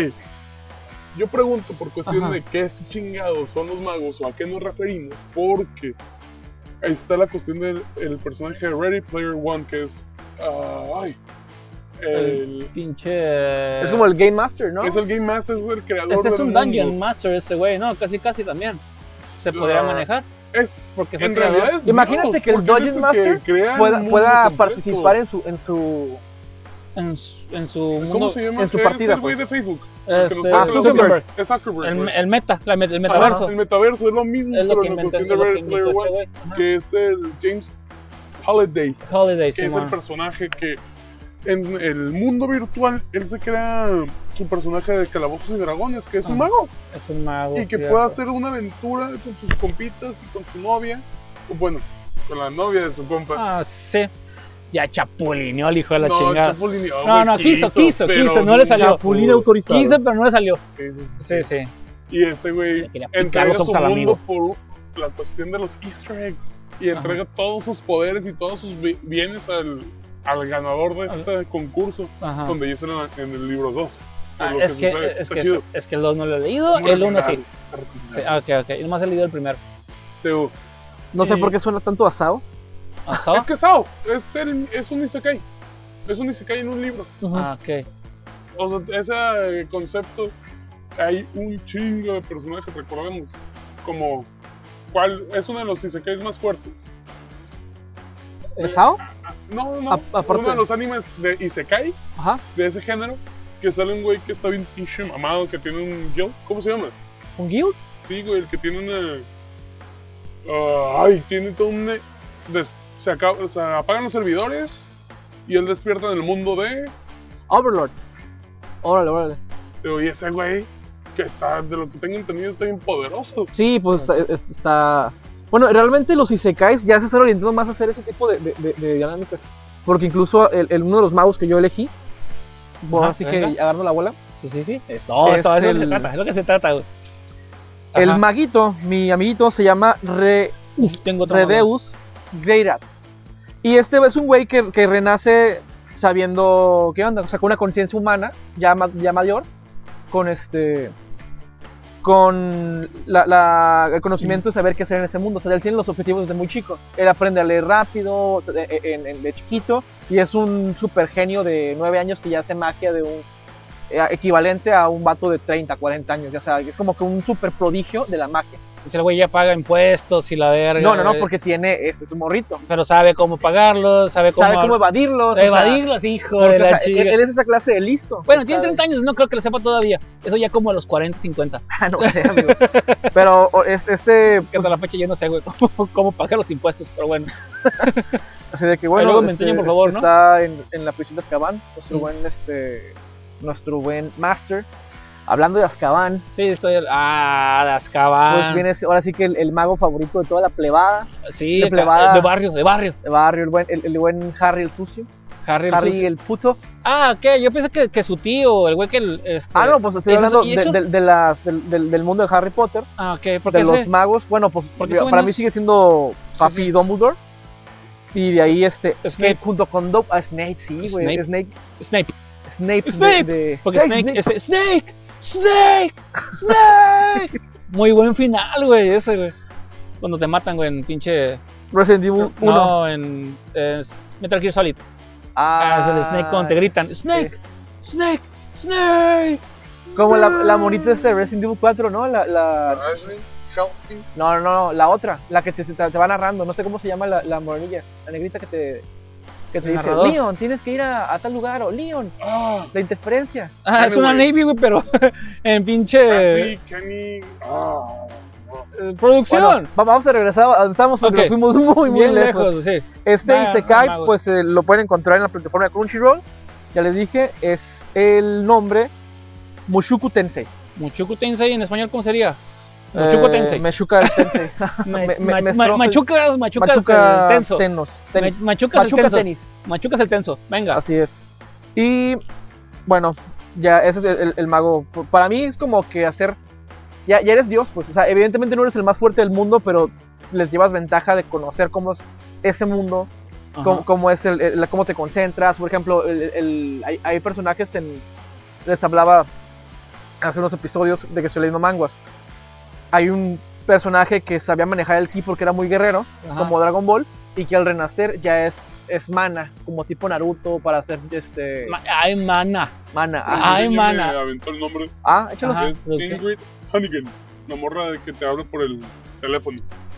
Yo pregunto por cuestión Ajá. de qué chingados son los magos o a qué nos referimos, porque ahí está la cuestión del el personaje de Ready Player One, que es. ah, ay. El, Pinche. es como el Game Master, ¿no? Es el Game Master, es el creador Este es del un mundo. Dungeon Master, este güey, no, casi casi también. Se podría Ah, manejar. Es, Porque fue en creador. realidad es Imagínate Dios, que el porque él es Dungeon que Master crea el pueda, mundo pueda completo. participar en su en su en su, en su mundo. ¿Cómo se llama? en su Es partida, el güey pues. de Facebook. el que Este, nos Ah, pone los Zuckerberg. nombres. Es Zuckerberg. el, güey. el meta, la met- el Ajá, metaverso. el metaverso es lo mismo, Es lo pero que en la inventó, cuestión es de lo que Ready Player inventó este One, güey. Ajá. que es el James Holiday, Holiday, que es el Simón. personaje que en el mundo virtual él se crea su personaje de Calabozos y Dragones, que es un Ah, mago Es un mago. y que cierto. puede hacer una aventura con sus compitas y con su novia, o bueno, con la novia de su compa. Ah, sí. Ya chapulineó al hijo de la no, chingada. chapulineó, No, güey, no, quiso, quiso, pero quiso, no le salió. Chapulín pudo. autorizado. Quiso, pero no le salió. Sí, sí, sí, Sí, sí. sí. Y ese güey Le quería picar entrega los su ojos al mundo amigo. por la cuestión de los easter eggs y Ajá. entrega todos sus poderes y todos sus bi- bienes al, al ganador de este concurso, Ajá. donde ya en, la- en el libro dos. Ah, es, que, es, que, chido. es que el dos no lo he leído, Muy el uno sí. recomendable, Sí, recomendable. ah, ok, ok. Yo nomás he leído el primero. Teo, no sé Y- por qué suena tanto a Sao. ¿Asado? Es que Sao, es, el, es un isekai. Es un isekai en un libro. Ah, ok. O sea, ese concepto, hay un chingo de personajes, recordemos. Como, ¿cuál es uno de los isekais más fuertes? ¿Es Sao? No, no, A- aparte- uno de los animes de isekai, Ajá. de ese género, que sale un güey que está bien pinche mamado, que tiene un guild, ¿cómo se llama? ¿Un guild? Sí, güey, el que tiene una... ah, ay, tiene todo un... des- se, acaba- se apagan los servidores y él despierta en el mundo de... Overlord. Órale, órale. Y ese güey, que está, de lo que tengo entendido, está bien poderoso. Sí, pues está, es- está Bueno, realmente los isekais ya se están orientando más a hacer ese tipo de, de, de, de dinámicas. Porque incluso el, el, uno de los magos que yo elegí, bueno, Ajá, así venga. que agarro la bola. Sí, sí, sí. Es, no, Es esto, es lo que el- se trata, es lo que se trata, güey. El Ajá. maguito, mi amiguito, se llama Re, Uf, tengo otro mago. Redeus Greirat. Y este es un güey que, que renace sabiendo qué onda, o sea, con una conciencia humana ya, ma- ya mayor, con este. Con la, la- el conocimiento de saber qué hacer en ese mundo. O sea, él tiene los objetivos desde muy chico. Él aprende a leer rápido, de, en- en- de chiquito, y es un super genio de nueve años que ya hace magia de un eh, equivalente a un vato de treinta, cuarenta años. Ya sea, es como que un super prodigio de la magia. Dice el güey ya paga impuestos y la verga. No, no, no, güey. porque tiene eso, es un morrito. Pero sabe cómo pagarlos, sabe cómo. Sabe cómo evadirlos. o sea, evadirlos, hijo porque, de o la sea, chica. él, él es esa clase de listo. Bueno, o tiene sea, treinta años, no creo que lo sepa todavía. Eso ya como a los cuarenta, cincuenta. Ah, no sé, amigo. Pero o, es, este. Que hasta la fecha yo no sé, güey, cómo, cómo pagar los impuestos, pero bueno. Así de que bueno, luego me este, enseña, por favor, este ¿no? está en, en la prisión de Azkaban, nuestro Mm. buen este nuestro buen master. Hablando de Azkaban, Sí, estoy. Ah, de Azkaban. pues viene ahora sí que el, el mago favorito de toda la plebada Sí, de acá, plebada. de barrio, de barrio. de barrio, el buen, el, el buen Harry el sucio, Harry el Harry sucio. el puto. Ah, ¿qué? Yo pensé que, que su tío, el güey que. El, este... Ah, no, pues estoy ¿eso hablando y de, eso? de- de las, del, del- del mundo de Harry Potter, Ah, ok, porque de los ese- magos. Bueno, pues porque para ese güey mí no sigue siendo Papi sí. Dumbledore. Y de ahí este Snape. que junto con Dum- ah, Snape, sí, güey, Snape. Snape, Snape. Snape, de- Snape, de- Porque Hey, Snake, ese- Snake, Snake, Snake. Muy buen final, güey, ese, güey. Cuando te matan, güey, en pinche. Resident Evil uno. No, en, en Metal Gear Solid. Ah, es el Snake cuando te gritan: Snake, Snake, Snake. Como la, la monita este de Resident Evil cuatro, ¿no? La, la... Ashley, help me. No, no, no, la otra, la que te, te, te va narrando, no sé cómo se llama la, la morenilla, la negrita que te, que te El dice, narrador. Leon, tienes que ir a, a tal lugar, o Leon, Ah, la interferencia. Ah, es una Anyway. Navy, güey, pero en pinche Kathy, Kenny. Ah, no. eh, producción. Bueno, va- vamos a regresar a donde estamos porque Ok. nos fuimos muy, muy Bien lejos. lejos, sí. Este Va- Isekai, magos. pues eh, lo pueden encontrar en la plataforma de Crunchyroll, ya les dije, es el nombre Mushoku Tensei. Muchuku Tensei en español, ¿cómo sería? Muchuku Eh, Tensei. Meshuka Tensei. Ma- me- ma- me- me ma- estrofe- Machucas, machucas Machuca el tenso. Tenos, Ma- tenis. Machucas el Machuca tenso. tenis. Machucas el tenso. Venga. Así es. Y bueno, ya ese es el, el- el mago. P- Para mí es como que hacer. Ya, ya eres Dios, pues. O sea, evidentemente no eres el más fuerte del mundo, pero les llevas ventaja de conocer cómo es ese mundo, Ajá. cómo, cómo es el, el- cómo te concentras. Por ejemplo, el, el- hay, hay personajes en. Les hablaba hace unos episodios de que estoy leyendo manguas. Hay un personaje que sabía manejar el ki porque era muy guerrero, Ajá. como Dragon Ball, y que al renacer ya es, es mana, como tipo Naruto para hacer este Ma- Ay, mana. mana. Ah, Ah, Ay, Ella mana. Me aventó el nombre. ah, échalo. Ajá. Es producción. Ingrid Hannigan, la morra de que te habla por el teléfono.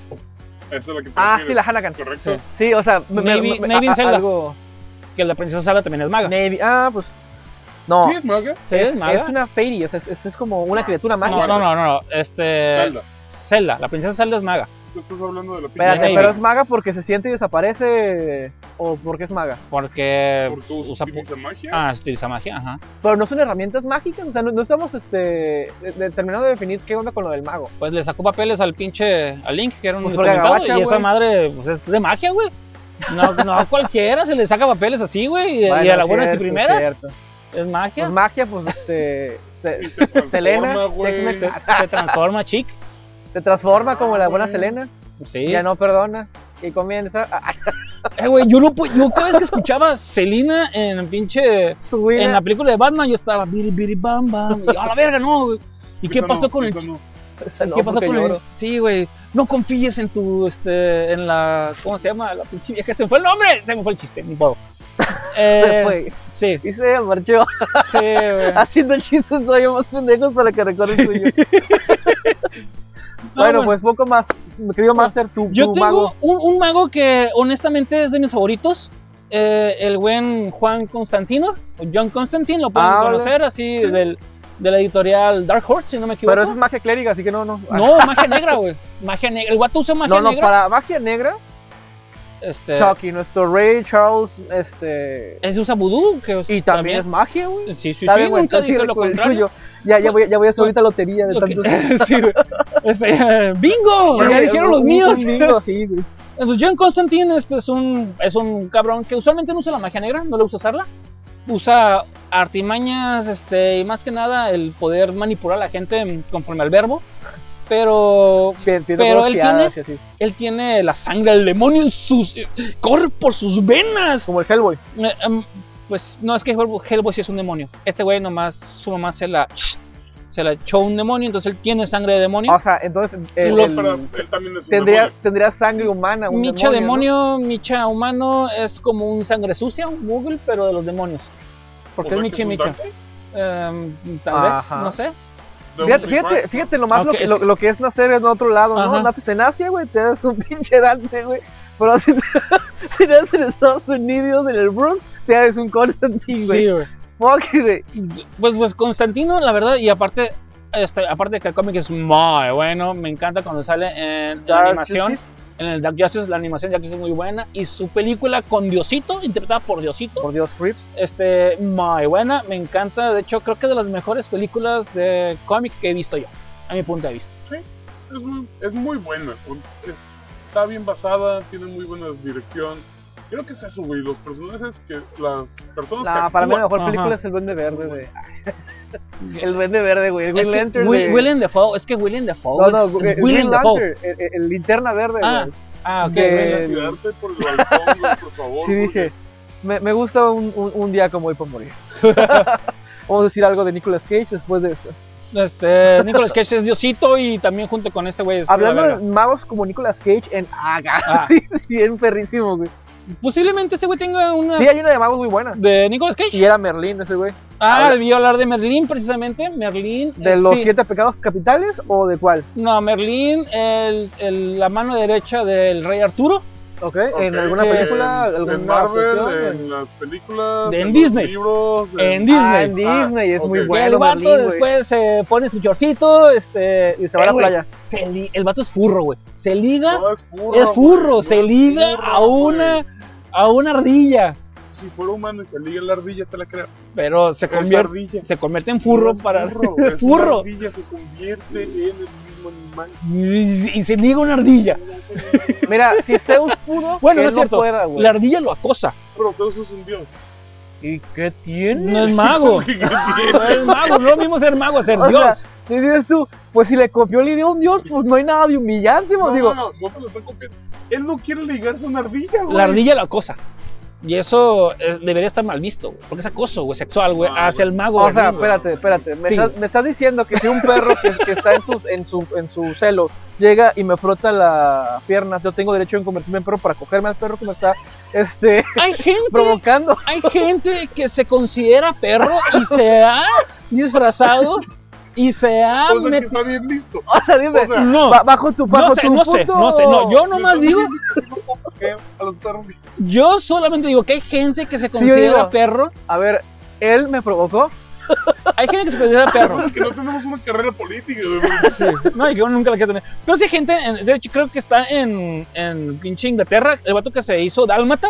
Esa es la que te Ah, refieres, sí, la Hanagan. Correcto. Sí, o sea, me- me- Navy- me- Navy a- a- Zelda. algo Que la princesa Sala también es maga. Navy. Ah, pues no. ¿Sí es maga? ¿Sí es, es maga? es una fairy, es, es, es como una Ah, criatura No, mágica. no, no, no, no. Este. Zelda. Zelda. La princesa Zelda es maga. Tú estás hablando de la Espérate, Navy. pero es maga porque se siente y desaparece o porque es maga. Porque. Porque usa. utiliza magia. Ah, utiliza magia, ajá. Pero no son herramientas mágicas, o sea, no, no estamos este de- de- terminando de definir qué onda con lo del mago. Pues le sacó papeles al pinche. Al Link, que era un Pues porque documentado, agabacha, y esa güey. madre, pues es de magia, güey. No, no a cualquiera se le saca papeles así, güey. Y, y Bueno, a las buenas y cierto, primeras. cierto. Es magia. Pues magia, pues este se, Y se transforma, Selena, güey. Tex-Mex. se, se transforma, chic. se transforma como la buena güey. Selena, Sí. ya no perdona y comienza a Eh, güey, yo no pu- yo cada vez que escuchaba Selena en pinche. subir. En la película de Batman, yo estaba biri biri bam bam. Y a la verga, no, güey. ¿Y qué Esa pasó no, con el esa ch- no. Esa no, ¿Qué pasó porque con el.? lloro. Sí, güey. No confíes en tu. Este. En la. ¿Cómo se llama? La pinche vieja. Se me fue el nombre. Se me fue el chiste, ni puedo. Eh, Se fue Sí, y se marchó sí, güey. haciendo chistes todavía más pendejos para que recuerden suyo. No, Bueno, pues poco más, mi querido Master, tu, Yo tu tengo mago. Un, un mago que honestamente es de mis favoritos. Eh, el buen Juan Constantino, o John Constantine, lo pueden Ah, vale. conocer así Sí. del, de la editorial Dark Horse, si no me equivoco. Pero eso es magia clériga, así que no, no. No, magia negra, güey. Magia negra. El guato usa magia no, no, negra. para magia negra, Este, Chucky, nuestro Ray Charles, este... Ese usa vudú, que es- Y también, es magia, güey. Sí, sí, Está sí, bien, güey, nunca entonces dije sí, lo con el contrario. suyo. Ya, ya voy, ya voy a hacer ahorita lotería de Lo que- tantos... sí, güey. Este, eh, ¡bingo! Sí, ya dijeron un- los un- míos. un bingo, sí, güey. Entonces, John Constantine este es un, es un cabrón que usualmente no usa la magia negra, no le gusta usarla. Usa artimañas este, y más que nada el poder manipular a la gente conforme al verbo. Pero Pien- pidiendo Pero cosas él fiadas y así. él tiene la sangre del demonio en sus... corre por sus venas. Como el Hellboy. Eh, em, pues no, es que Hellboy Hellboy sí es un demonio. Este güey nomás, su mamá se la... se la echó un demonio, entonces él tiene sangre de demonio. O sea, entonces el, Lo- el- Pero él también es un tendría, demonio. tendría sangre humana, un Micha demonio, demonio, Micha humano es como un sangre sucia, un Google, pero de los demonios. Porque O es sea, Micha que y un Micha. Dante Em, tal Ajá. vez, no sé. de ¿no? un Fíjate, fíjate, ritual. fíjate nomás Ok, lo, que, es lo, que- lo que es nacer en otro lado, ¿no? Ajá. Naces en Asia, güey, te das un pinche Dante, güey. Pero si, si naces en Estados Unidos, en el Bronx, te das un Constantine, güey. Sí, güey. Fuck, güey. Pues, pues Constantino, la verdad, y aparte, este, aparte de que el cómic es muy bueno, me encanta cuando sale en la Dark animación. Justice, En el Dark Justice, la animación de Dark Justice es muy buena. Y su película con Diosito, interpretada por Diosito, por Dios, Crips. este, muy buena, me encanta. De hecho, creo que es de las mejores películas de cómic que he visto yo, a mi punto de vista. Es muy, es muy buena. es- está bien basada, tiene muy buena dirección. Creo que es eso, güey. Los personajes que. Las personas Nah, que para mí la actúan- mejor Ajá. película es El Duende Verde, güey. El Duende Verde, güey. El Es Green que Lantern. Will- de- William Dafoe, es que William Dafoe No, no, es, es el Green William Dafoe. Lantern, el, el- el linterna verde, Ah, güey. Ah, ok. De- bueno. tirarte por el balcón, güey, por favor. Sí, porque- dije. Me, me gusta un, un, un día como hoy para morir. Vamos a decir algo de Nicolas Cage después de esto. Este, Nicolas Cage es Diosito y también junto con este güey es la Hablando verga. de magos como Nicolas Cage en Aga. Ah. Sí, sí, bien perrísimo, güey. Posiblemente este güey tenga una Sí, hay una de magos muy buena. de Nicolas Cage. Y era Merlín ese güey. Ah, Habla- vi hablar de Merlín precisamente. Merlín. ¿De eh, los sí. siete pecados capitales o de cuál? No, Merlín, el, el- la mano derecha del rey Arturo. ¿Ok? Ok, ¿En alguna que- película? En, ¿Alguna en Marvel, adaptación? en las películas, De- en en Disney. los libros, En Disney. Ah, en Disney, es Ah, muy ok. Que bueno. el vato Merlín, güey. después se pone su chorcito, este. Y se va a la güey, playa. se li- el vato es furro, güey. Se liga. No, es furro. es furro, güey, se no es liga furro, a una. güey. a una ardilla. Si fuera humano y se liga en la ardilla, te la creo. Pero se Es convierte. ardilla. Se convierte en furro No es para. furro. Es es furro. Una ardilla se convierte en el mismo animal. Y, y se liga a una ardilla. No sé, Mira, si Zeus pudo, Bueno, que no él es cierto. pueda, güey. La ardilla lo acosa. pero Zeus es un dios. ¿Y qué tiene? No es mago. ¿Qué No es mago. No es lo mismo ser mago, es ser O Dios. sea, te dices tú, pues si le copió el idioma a un dios, pues no hay nada de humillante, mo, No, digo. no, no, no se lo está copiando. Él no quiere ligarse a una ardilla, güey. La ardilla lo acosa. Y eso eh, debería estar mal visto, güey. Porque es acoso, güey, sexual, güey, Ah, hacia güey. el mago. O sea, Merlín, güey. espérate, espérate. Me, Sí. estás, me estás diciendo que si un perro que, que está en, sus, en, su, en su celo llega y me frota la pierna, yo tengo derecho en convertirme en perro para cogerme al perro que me está este, Hay gente, provocando. hay gente que se considera perro y se ha disfrazado y se ha O sea, que metido. está bien listo. O sea, dime, O sea, No, ba- bajo tu, bajo no sé, tu no sé, punto- no sé, no, yo Me nomás estás digo, diciendo que si no puedo coger a los perros. yo solamente digo que hay gente que se yo considera digo. perro, A ver, él me provocó. hay gente que se considera perro. Es que no tenemos una carrera política, güey. porque- No, y que uno nunca la quiere tener. Pero sí hay gente, en- de hecho creo que está en, en pinche Inglaterra, el vato que se hizo dálmata.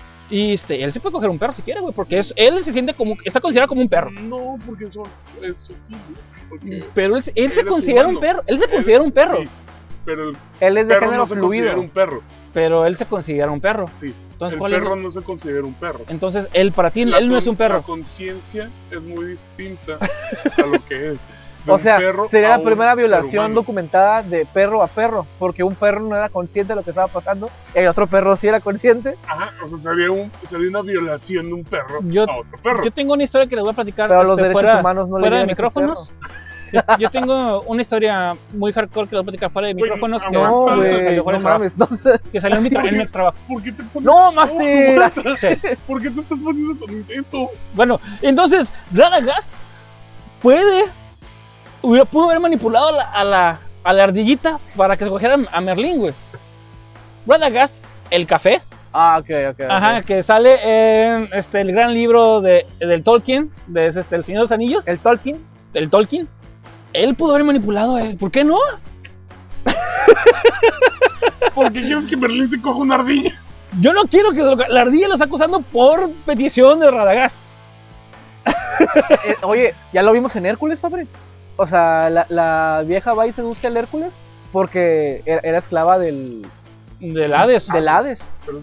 Y este, él se puede coger un perro si quiere, güey, porque es, él se siente como, está considerado como un perro. No, porque eso es su filho. Porque Pero él, él se Eres considera un humano. perro, él se él- considera un perro. sí, pero el Él es de perro género no se considera fluido. un perro. Pero él se considera un perro. Sí. Entonces, El ¿cuál perro es? no se considera un perro. Entonces, él para ti, La él no con- es un La perro. conciencia es muy distinta a lo que es. De O un sea, perro sería a la un primera ser violación humano. documentada de perro a perro, porque un perro no era consciente de lo que estaba pasando, y el otro perro sí era consciente, Ajá, o sea, sería, un, sería una violación de un perro Yo- a otro perro. Yo tengo una historia que les voy a platicar pero los este, derechos fuera, humanos no le fuera de llegan a ese micrófonos. Sí, yo tengo una historia muy hardcore que les voy a platicar fuera de Güey, micrófonos que, aguanta, No, Tanto güey, salió no fuera de trabajo, mames, no sé. que salió en mi, tra- en mi ex trabajo. ¿Por qué te pones... No, Master. ¿Por Sí. ¿Por qué te estás poniendo tan intenso? Bueno, entonces, Radagast puede, hubiera, pudo haber manipulado a la, a la, a la ardillita para que se cogiera a Merlín, güey. Radagast, el café, Ah, ok, ok. ok. ajá, que sale en este, el gran libro de, del Tolkien, de este, El Señor de los Anillos, El Tolkien. el Tolkien. Él pudo haber manipulado a él, ¿por qué no? ¿Por qué quieres que Berlín se coja una ardilla? Yo no quiero que lo- la ardilla lo está acusando por petición de Radagast. Eh, oye, ya lo vimos en Hércules, padre. O sea, la, la vieja va y seduce al Hércules porque era, era esclava del, Del Hades. del Hades. Pero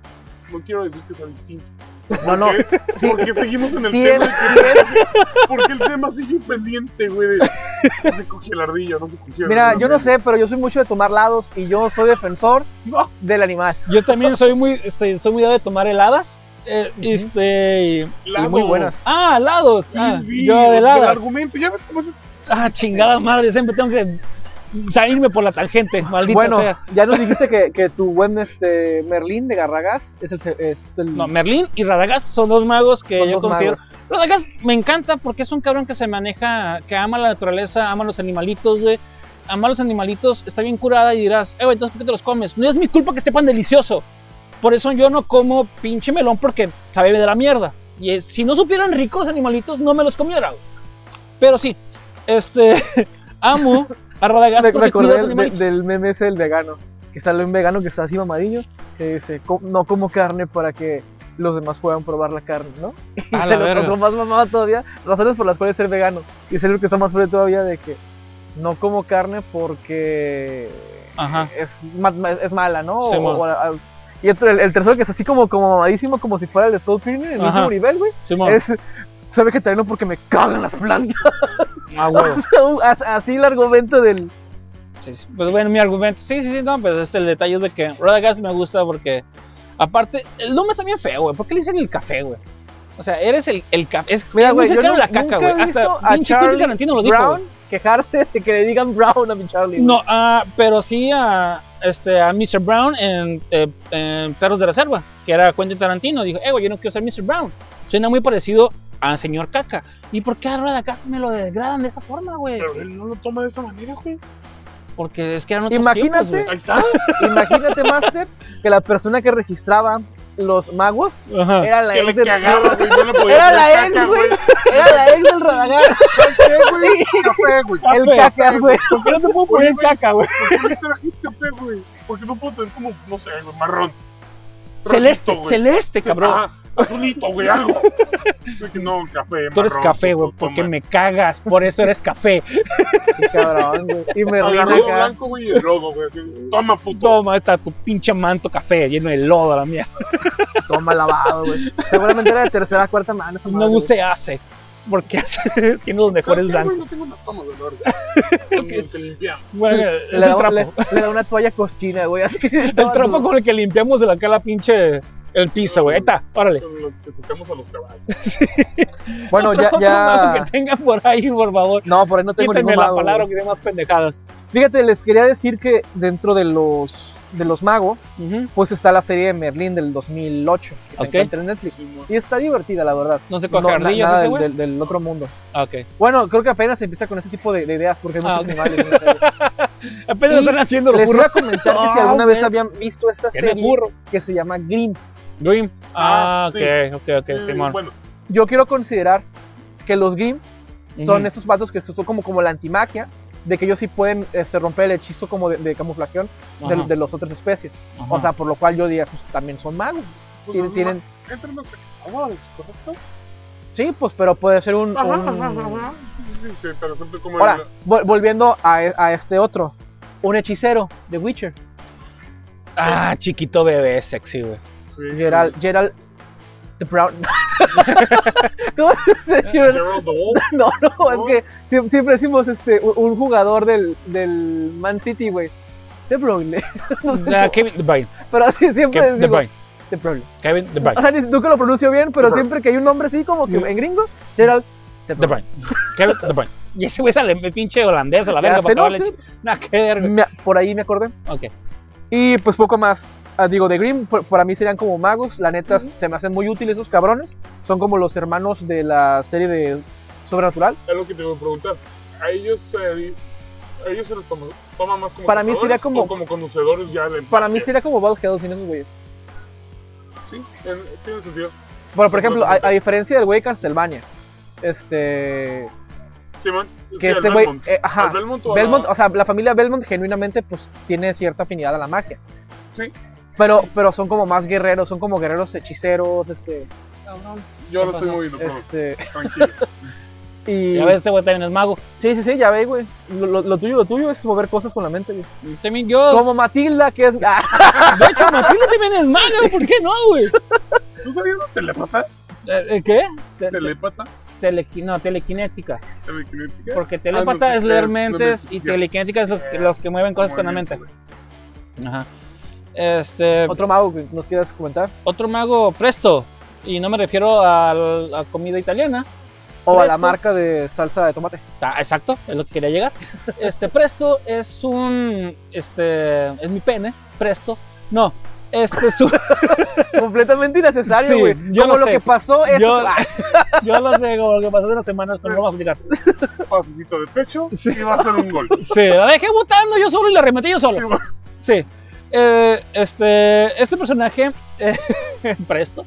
no quiero decir que sea distinto. No, no. ¿Por qué? Sí, Porque seguimos en el sí tema. es- de que- Porque el tema sigue pendiente, güey. de Si se cogió la ardilla, no se cogió. Mira, yo no sé, pero yo soy mucho de tomar lados y yo soy defensor No. del animal. Yo también soy muy, este, soy muy dado de tomar heladas. Eh, Ujú. Este. y- Y muy buenas. Ah, helados. Sí, ah, sí, yo de el heladas. argumento. Ya ves cómo es. Ah, chingada madre, siempre tengo que salirme por la tangente, maldita Bueno, sea. ya nos dijiste que, que tu buen este, Merlín de Garragás es el... se- Es el No, Merlín y Radagast son dos magos que Son yo dos considero. magos. Radagast me encanta porque es un cabrón que se maneja, que ama la naturaleza, ama los animalitos, güey. Ama los animalitos, está bien curada y dirás, eh, güey, entonces ¿por qué te los comes? No es mi culpa que sepan delicioso. Por eso yo no como pinche melón porque sabe de la mierda. Y es- si no supieran ricos los animalitos, no me los comiera, güey. Pero sí, este, amo a Radagast Me, me porque cuida acordé los del, animalitos. del meme ese del vegano, que sale un vegano que está así mamadillo, que dice, "Co- no como carne para que los demás puedan probar la carne, ¿no?" Y A se la lo verga. otro más mamado todavía, razones por las cuales ser vegano. Y es el que está más fuerte todavía de que no como carne porque Ajá. es, ma- ma- es mala, ¿no? Sí, O- man. o- a- y otro, el, el tercero que es así como, como mamadísimo, como si fuera el de Skull Pilgrim, el Ajá. último nivel, güey. Simón. Es, soy vegetariano porque me cagan las plantas. Ah, huevo. As- así el argumento del... Sí, sí. Pues bueno, mi argumento. Sí, sí, sí, no, pues este el detalle es de que Radagast me gusta porque, aparte, el nombre está bien feo, güey. ¿Por qué le dicen el café, güey? O sea, eres el, el café. Es, Mira, es muy güey, yo cercano no- a la caca, nunca güey. he visto Hasta a pinche Quentin Charlie Tarantino lo dijo. Brown güey. quejarse de que le digan Brown a mi Charlie. güey. No, ah, pero sí a, este, a mister Brown en, eh, en Perros de Reserva, que era Quentin Tarantino. Dijo, eh, güey, yo no quiero ser mister Brown. Suena muy parecido a señor caca. ¿Y por qué a Radagast me lo degradan de esa forma, güey? Pero él no lo toma de esa manera, güey. Porque es que eran otros Imagínate. tiempos, güey. Ahí está. Imagínate, Master, que la persona que registraba los magos Ajá. era la Que ex le del... cagaba, güey. No le podía Era hacer la caca, ex, güey. Era la ex del Radagast. ¿Qué, güey? Café, güey. El Café. cacas, güey. ¿Por qué no te puedo poner caca, güey? ¿Por qué le trajiste café, güey? Porque no puedo tener como, no sé, güey, marrón. Celeste, Rojito, güey. celeste, cabrón. Ajá, azulito, güey, algo. Güey, que no, café, Tú eres marrón, café, güey, toma. porque me cagas, por eso eres café. Qué cabrón, güey. Y Merlín Agarró acá. blanco, güey, y el logo, güey. así, Toma, puto. Toma, está tu pinche manto café lleno de lodo a la mierda. Toma lavado, güey. Seguramente era de tercera a cuarta mano esa madre, No güey. se hace, porque hace, tiene los mejores ¿Sabes qué, güey? blancos. No tengo una toma de olor. Con el que limpiamos. Bueno, Le es el da, trapo. le, le da una toalla cochina, güey. Así. El trapo con el que limpiamos de la acá la pinche, el piso, güey. Ahí está, órale. Con lo que sacamos a los caballos. Bueno, Otro ya, mago ya. que tengan por ahí, por favor. No, por ahí no tengo Quítenme ningún la mago, palabra güey. que dé más pendejadas. Fíjate, les quería decir que dentro de los de los magos, Ujú. pues está la serie de Merlín del dos mil ocho, que se Ok. encuentra en Netflix. Y está divertida, la verdad. No se coge No, na- ardillas nada ese del, güey. del- del otro mundo. Ah, ok. Bueno, creo que apenas se empieza con ese tipo de, de ideas porque hay Ah, muchos ok. animales. en la serie. Apenas Y están haciendo Les los iba a furros. comentar que si Ah, alguna vez man. habían visto esta Tiene serie furro. que se llama Grimm. Dream. Ah, Ah, ok, sí. ok, ok, Sí, Simón. bueno, Yo quiero considerar que los Grimm son Ujú. esos vatos que son como, como la antimagia, de que ellos sí pueden este, romper el hechizo como de, de camuflación de, Ajá. de las otras especies. Ajá. O sea, por lo cual yo diría, pues también son magos. pues Tienen, es tienen, ma- entran más a cazadores, ¿correcto? sí, pues, pero puede ser un... Ajá, un- ajá, ajá. Sí, sí, pero siempre como Ahora, el- vol- volviendo a, e- a este otro, un hechicero de Witcher, Ah, chiquito bebé sexy, güey. sí, Gerald, Gerald the Brown. ¿Cómo se llama? Gerald the Wolf. No, no, ¿No? es que sie- siempre decimos este, un, un jugador del, del Man City, güey. De Bruyne. No sé Ah, cómo, Kevin De Bruyne. pero así siempre Kevin De digo, Bruyne. De Bruyne. Kevin De O Bruyne. sea, ni nunca lo pronuncio bien, pero De Bruyne. siempre que hay un nombre así como que Mm. en gringo, Gerald De De Bruyne. Bruyne. Kevin De Bruyne. Y ese güey sale el pinche holandés a la Ya verga sé, para acabar no leche. sé. Nah, qué verga. Me- por ahí me acordé. Ok. Y pues poco más. Ah, digo, de Grimm, por- para mí serían como magos. La neta, se me hacen muy útiles esos cabrones. Son como los hermanos de la serie de Sobrenatural. Es lo que te voy a preguntar. A ellos, eh, a ellos se les toma, toma más como Para mí sería cazadores como- o como conocedores ya de Para mí sería como Val Helsing esos güeyes. Sí, en- tiene sentido. Bueno, por ejemplo, a, a diferencia del güey de Castlevania, este... Simón. Que sí, este al güey... Belmont. eh, ajá. Al Belmont o a Belmont, la- o sea, la familia Belmont genuinamente pues tiene cierta afinidad a la magia. Sí. Pero, pero son como más guerreros, son como guerreros hechiceros, este... Cabrón. Yo lo ¿Qué estoy pasó? moviendo, pero este... tranquilo. Y... Ya ves, este güey también es mago. Sí, sí, sí, ya ve, güey. Lo, lo, lo tuyo, lo tuyo es mover cosas con la mente, güey. También yo. Como Matilda, que es... ¡Ah! De hecho, Matilda también es maga, ¿por qué no, güey? ¿Tú sabías de telepata? Eh, eh, ¿Qué? Te- te- ¿Telepata? telequi- no, telequinética. ¿Telequinética? Porque Ah, no, telepata sí, es leer es- mentes no, y sí, telequinética es los que, los que mueven cosas con la mente. güey. Ajá. Este. Otro mago que nos quieras comentar. Otro mago, Presto. Y no me refiero a la comida italiana. O a la Presto. marca de salsa de tomate. Ah, exacto, es lo que quería llegar. Este Presto es un. Este. Es mi pene. Presto. No. Este es un. Completamente innecesario, Sí, güey. yo Como lo lo sé. que pasó es... Yo- Ah, Yo lo sé, como lo que pasó hace unas semanas, pero no vamos a explicar. Pasecito de pecho Sí. y va a ser un gol. Sí, la dejé botando yo solo y la remetí yo Sí, solo. güey. Sí. Eh, este, este personaje, eh, Presto,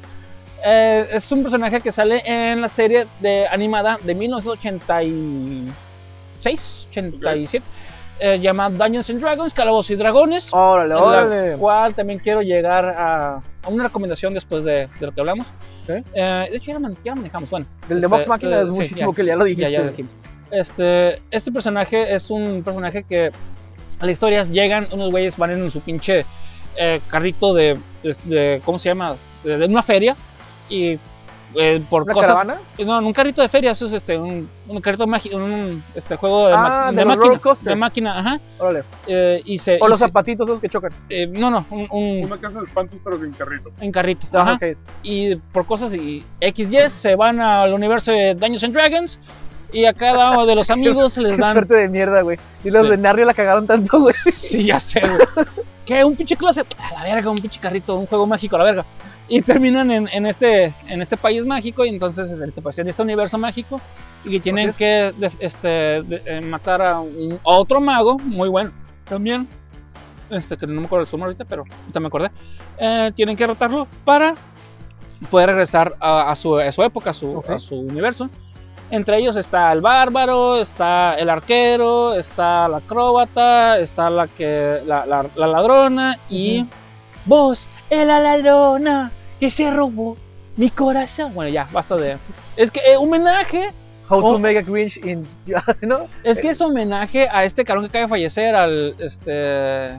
eh, es un personaje que sale en la serie de animada de mil novecientos ochenta y seis, ochenta y siete, eh, llamada Dungeons and Dragons, Calabozos y Dragones. Órale, en órale. la cual también quiero llegar a, a una recomendación después de, de lo que hablamos. Ok. Eh, de hecho, ya, man- ya lo manejamos. Bueno, Del de este, Vox Machina eh, es sí, muchísimo ya. que ya lo Ya, dijiste. ya lo dijimos. Este, este personaje es un personaje que a las historias llegan, unos güeyes van en su pinche eh, carrito de, de, de- ¿cómo se llama? De, de una feria y eh, por ¿Una cosas. caravana? No, en un carrito de feria, eso es este, un, un carrito mágico, un este, juego de, ma- Ah, de de los máquina. roller coaster. De máquina, ajá. Órale. eh, y se, O y los se- zapatitos esos que chocan. eh, no, no, un, un- Una casa de espantos, pero en carrito. en carrito. Ajá, Ajá. ok. Y por cosas y X Y se van al universo de Dungeons and Dragons y a cada uno de los amigos les Qué dan. suerte de mierda, güey. Y los Sí. de Narnia la cagaron tanto, güey. Sí, ya sé, güey. ¿Qué? Un pinche closet. A la verga, un pinche carrito, un juego mágico, a la verga. Y terminan en, en este, en este país mágico y entonces en este, país- en este universo mágico y que tienen Así que de- este, de- eh, matar a, un- a otro mago, muy bueno también. Este, que no me acuerdo el nombre ahorita, pero ahorita me acordé. Eh, tienen que derrotarlo para poder regresar a, a su, a su época, a su, Ok. a su universo. Entre ellos está el bárbaro, está el arquero, está la acróbata, está la que la, la- la ladrona y Ujú. vos, es la ladrona que se robó mi corazón. Bueno, ya, basta de. Es que eh, homenaje, How to Oh. make a cringe in... ¿Así no? es que es homenaje a este cabrón que acaba de fallecer, al este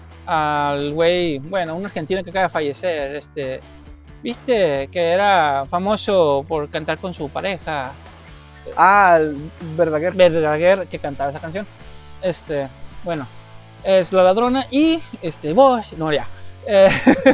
al güey, bueno, un argentino que acaba de fallecer, este, viste que era famoso por cantar con su pareja. Ah, el Verdaguer. Verdaguer que cantaba esa canción. Este, bueno, es la ladrona y este vos, no ya. Eh,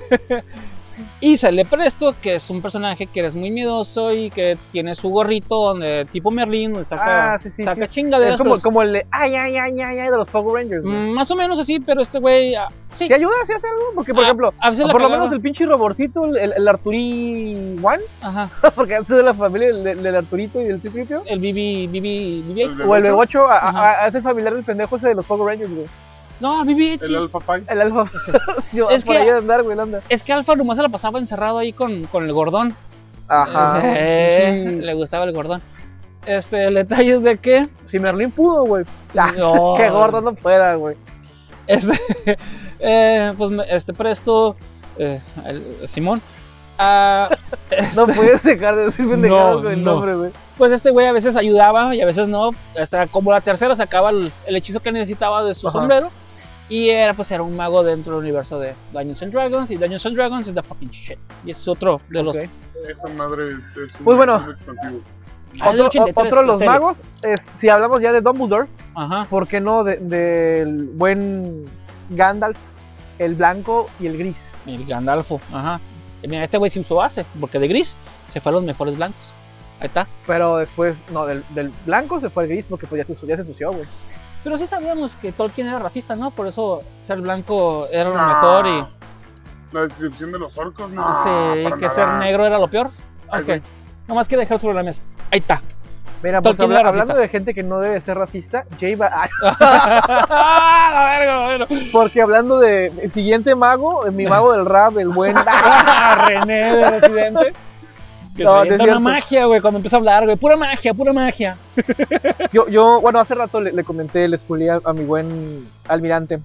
y sale Presto, que es un personaje que eres muy miedoso y que tiene su gorrito donde tipo Merlín, donde saca, Ah, sí, sí, saca sí. chingaderas. Es como, pero- como el de ay, ay, ay, ay, ay de los Power Rangers, güey. mm, más o menos así, pero este güey ah, sí. ¿Sí ayuda? ¿Sí hace algo? Porque, por Ah, ejemplo, a veces la por lo cagaba. menos el pinche roborcito, el, el Arturí One, Ajá. porque antes de la familia del, del Arturito y del Citripio, El Bibi Bibi Bibi. El o el B ocho, a- a- Ajá. a- es el familiar del pendejo ese de los Power Rangers, güey. No, Bibi El sí. Alpha Pi. El alfa. Yo, Es por que- ahí de andar, güey, anda. Es que Alfa nomás se la pasaba encerrado ahí con, con el gordón. Ajá. Eh, Sí. Le gustaba el gordón. Este, el detalle es de que. Si Merlín pudo, güey. Ah, No. que gordo no pueda, güey. Este, eh, pues me- este Presto, eh, el- Simón. ah, No este, puedes dejar de decir pendejadas No, con el no. nombre, güey. Pues este güey a veces ayudaba y a veces no. Hasta como la tercera sacaba el, el hechizo que necesitaba de su Ajá. sombrero. Y era pues era un mago dentro del universo de Dungeons and Dragons. Y Dungeons and Dragons es the fucking shit. Y es otro de los. Ok. Esa madre es un Pues bueno. muy expansivo. Ah, es del Otro, ochenta y tres, otro de la los serie. magos, es, si hablamos ya de Dumbledore, Ajá. ¿por qué no de- del buen Gandalf, el blanco y el gris? El Gandalfo. Ajá. Y mira, este güey sí usó base. Porque de gris se fueron los mejores blancos. Ahí está. Pero después, no, del, del blanco se fue al gris porque pues ya se, ya se ensució, güey. Pero sí sabíamos que Tolkien era racista, ¿no? Por eso ser blanco era lo No. mejor y, La descripción de los orcos, no. sí, y para que nada. ser negro era lo peor. Ay, Ok. güey. Nomás que dejar sobre la mesa. Ahí está. Mira, pues Tolkien habla- era hablando racista. de gente que no debe ser racista, Jay va... ah, ¡Ah, la verga, bueno! porque hablando de el siguiente mago, mi mago del rap, el buen... René de Residente. Que No, se no es avienta una cierto. magia, güey, cuando empieza a hablar, güey. Pura magia, pura magia. Yo, yo bueno, hace rato le, le comenté, le spoileé a, a mi buen almirante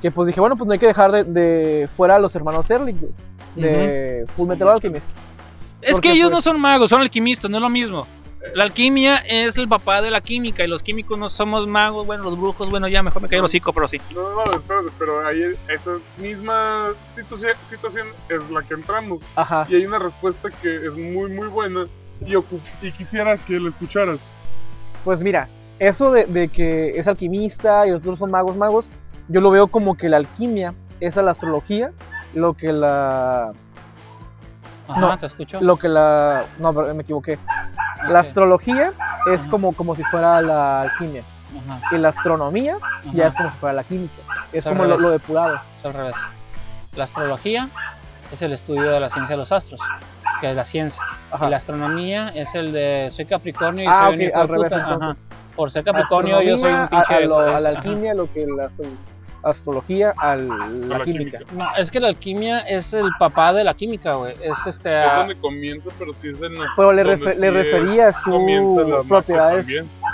Que pues dije, bueno, pues no hay que dejar de, de fuera a los hermanos Erlich, güey, de uh-huh. Full Metal Alchemist. Es Porque, que ellos pues, no son magos, son alquimistas, no es lo mismo. La alquimia es el papá de la química y los químicos no somos magos, bueno, los brujos, bueno, ya mejor me cayó el hocico, pero sí. No, no, no, espérate, pero ahí esa misma situa- situación es la que entramos. Ajá. Y hay una respuesta que es muy, muy buena y, ocu- y quisiera que la escucharas. Pues mira, eso de, de que es alquimista y los otros son magos, magos, yo lo veo como que la alquimia es a la astrología, lo que la... Ajá, no, te escucho. Lo que la... No, me equivoqué. Okay. La astrología es como, como si fuera la alquimia. Ajá. Y la astronomía Ajá. ya es como si fuera la química. Es, es como lo, lo depurado. Es al revés. La astrología es el estudio de la ciencia de los astros, que es la ciencia. Ajá. Y la astronomía es el de soy Capricornio y ah, soy okay, un al revés, entonces. Por ser Capricornio yo soy un pinche... A, a, lo, a la alquimia, lo que la astrología a la, a la química. química. No, es que la alquimia es el papá de la química, güey. Es este. Es donde comienza, pero sí es en la. Pero le, refer, le sí referías tú propiedades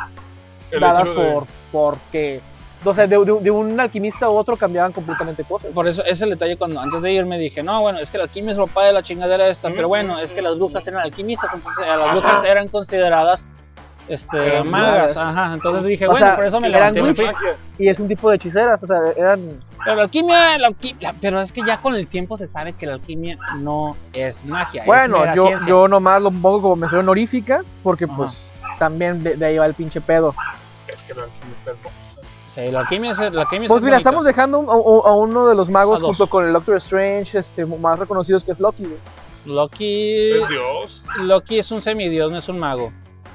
dadas por porque, o sea, de, de, de un alquimista a otro cambiaban completamente cosas. Por eso es el detalle cuando antes de irme dije, no, bueno, es que la alquimia es el papá de la chingadera esta, mm-hmm. pero bueno, es que las brujas eran alquimistas, entonces las Ajá. brujas eran consideradas este, eran magas, ajá, entonces dije, o bueno, sea, por eso me eran levanté. Witch, y es un tipo de hechiceras, o sea, eran... Pero la alquimia, la alquimia, pero es que ya con el tiempo se sabe que la alquimia no es magia, bueno, es yo, ciencia. yo nomás lo pongo como mención honorífica, porque ajá. pues también de, de ahí va el pinche pedo. Es que la alquimia está hermosa. Sí, la alquimia es, la alquimia pues es mira, bonita. Estamos dejando a, a uno de los magos junto con el Doctor Strange, este, más reconocidos, que es Loki, güey. Loki... Es Dios. Loki es un semidios, no es un mago.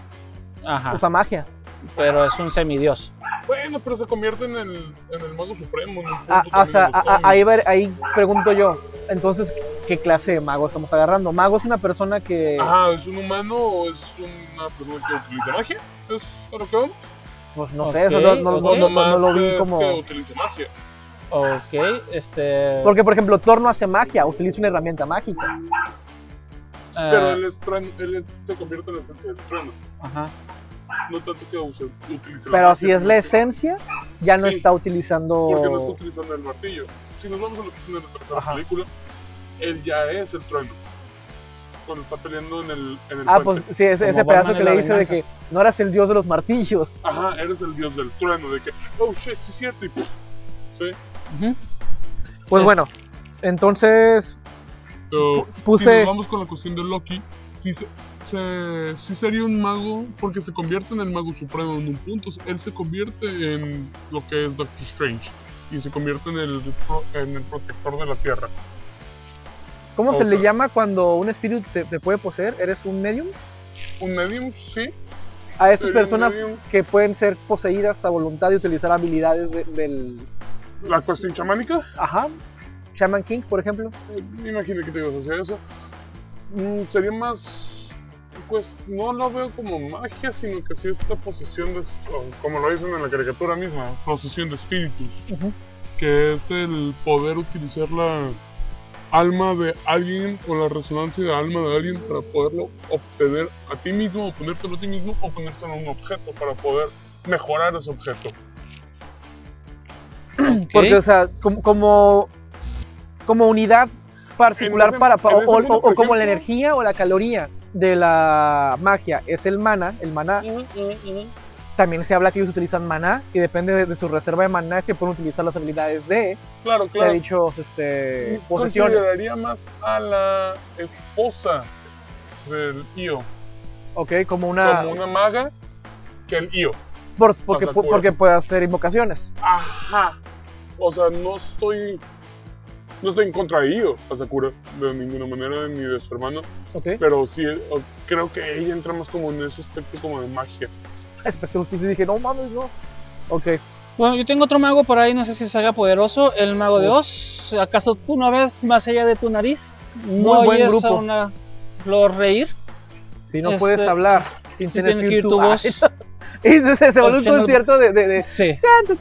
Ajá. Usa magia. Pero es un semidios. Bueno, pero se convierte en el, en el mago supremo. En ah, o sea, a, a, ahí, ahí pregunto yo. Entonces, ¿qué clase de mago estamos agarrando? ¿Mago es una persona que...? Ajá, ¿es un humano o es una persona que utiliza magia? ¿Es a lo que vamos? Pues no okay, sé, no, no, okay. no, no, no lo vi como... Es que utiliza magia. Ok, este... Porque, por ejemplo, Thor no hace magia, utiliza una herramienta mágica. Uh... Pero él, es trueno, él se convierte en la esencia del trueno. Ajá. No tanto que use, utilice Pero la si es la esencia, ya no sí, está utilizando... Porque no está utilizando el martillo. Si nos vamos a lo que es en la tercera Ajá. película, él ya es el trueno. Cuando está peleando en el, en el Ah, puente. pues sí, ese, ese pedazo que le dice de que no eras el dios de los martillos. Ajá, eres el dios del trueno, de que, oh shit, sí es cierto, y pff, sí. Uh-huh. Pues sí. Bueno, entonces so, puse... Si nos vamos con la cuestión de Loki, sí, se, se, sí sería un mago, porque se convierte en el mago supremo en un punto. Él se convierte en lo que es Doctor Strange, y se convierte en el, en el protector de la Tierra. ¿Cómo o se sea, le llama cuando un espíritu te, te puede poseer? ¿Eres un medium? Un medium, sí. A esas personas que pueden ser poseídas a voluntad y utilizar habilidades de, del... ¿La cuestión chamánica? Ajá. Shaman King, por ejemplo. Eh, me imaginé que te ibas a hacer eso. Mm, sería más... Pues no lo veo como magia, sino que sí esta posesión de... Como lo dicen en la caricatura misma, posesión de espíritus. Uh-huh. Que es el poder utilizar la... alma de alguien o la resonancia de alma de alguien para poderlo obtener a ti mismo o ponértelo a ti mismo o ponérselo a un objeto para poder mejorar ese objeto. Okay. Porque, o sea, como, como, como unidad particular ese, para, para o, o, mundo, o como ejemplo, la energía o la caloría de la magia es el mana, el maná. Uh-huh, uh-huh. También se habla que ellos utilizan maná y depende de, de su reserva de maná es que pueden utilizar las habilidades de, claro, claro. de dichos este, posesiones. Consideraría más a la esposa del Io. Ok, como una... Como una maga que el Io. Por, porque, por, porque puede hacer invocaciones. Ajá. O sea, no estoy... No estoy en contra de Io, a Sakura, de ninguna manera, ni de su hermano. Okay. Pero sí, creo que ella entra más como en ese aspecto como de magia. Espectro Justicia y dije, no mames, no. Ok. Bueno, yo tengo otro mago por ahí, no sé si se haga poderoso, el mago de Oz. ¿Acaso tú no ves más allá de tu nariz? ¿No Muy buen oyes grupo. a una flor reír? Si no este, puedes hablar sin si tener que ir tu tu voz. Y se, se vuelve un concierto de... de, de... Sí.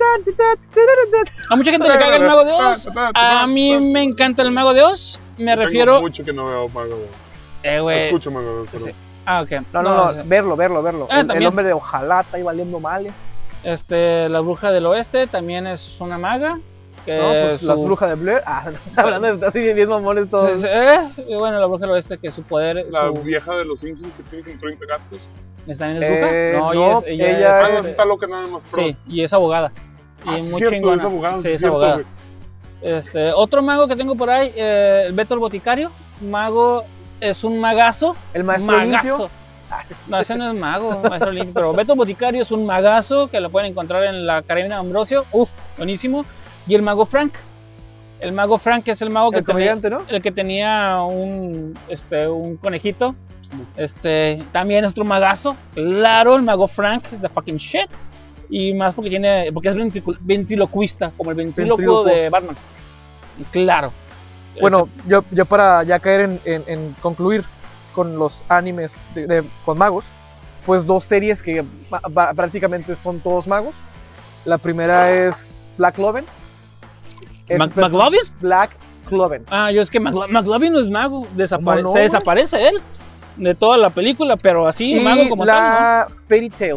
A mucha gente le caga el mago de Oz. A mí me encanta el mago de Oz. Me Tengo refiero... mucho que no veo mago de Oz. Eh, güey. Escucho mago de Oz, pero... Sí. Ah, ok. No, no, no, no, verlo, verlo, verlo. Ah, el, el hombre de Ojalá está ahí valiendo mal. Este, la bruja del oeste también es una maga. Que No, pues su- las brujas de Blair. Ah, hablando de así bien, bien mamones todos. Sí, sí, eh, y bueno, la bruja del oeste, que su poder. La su... vieja de los Simpsons que tiene como treinta gatos. ¿Está bien, es bruja? Eh, no, no, ella es. Ella ella Ah, es- no, es- esa está loca nada más. Pero... Sí, y es abogada. Y Ah, muy cierto, chingona. es abogada, Sí, sí, es cierto, abogada. güey. Este, otro mago que tengo por ahí, eh, el Beto el Boticario. Mago es un magazo. El maestro magazo. limpio. No, ese no es mago, maestro limpio. Pero Beto el Boticario es un magazo que lo pueden encontrar en la Academia de Ambrosio. Uf, buenísimo. Y el mago Frank. El mago Frank es el mago que El tenía, comediante, ¿no? el que tenía un, este, un conejito. Este, también es otro magazo. Claro, el mago Frank es the fucking shit. Y más porque tiene, porque es ventricu- ventriloquista, como el ventrílocuo Ventrílocos. de Batman. Claro. Bueno, yo, yo para ya caer en, en- en concluir con los animes de, de- con magos, pues dos series que ba- ba- prácticamente son todos magos. La primera es Black Clover. Es Mac- perso- ¿McLovin? Black Clover. Ah, yo es que Maclo- McLovin no es mago, desapare- ¿Cómo no, se güey? desaparece él de toda la película, pero así Y mago como tal, la Fairy Tail.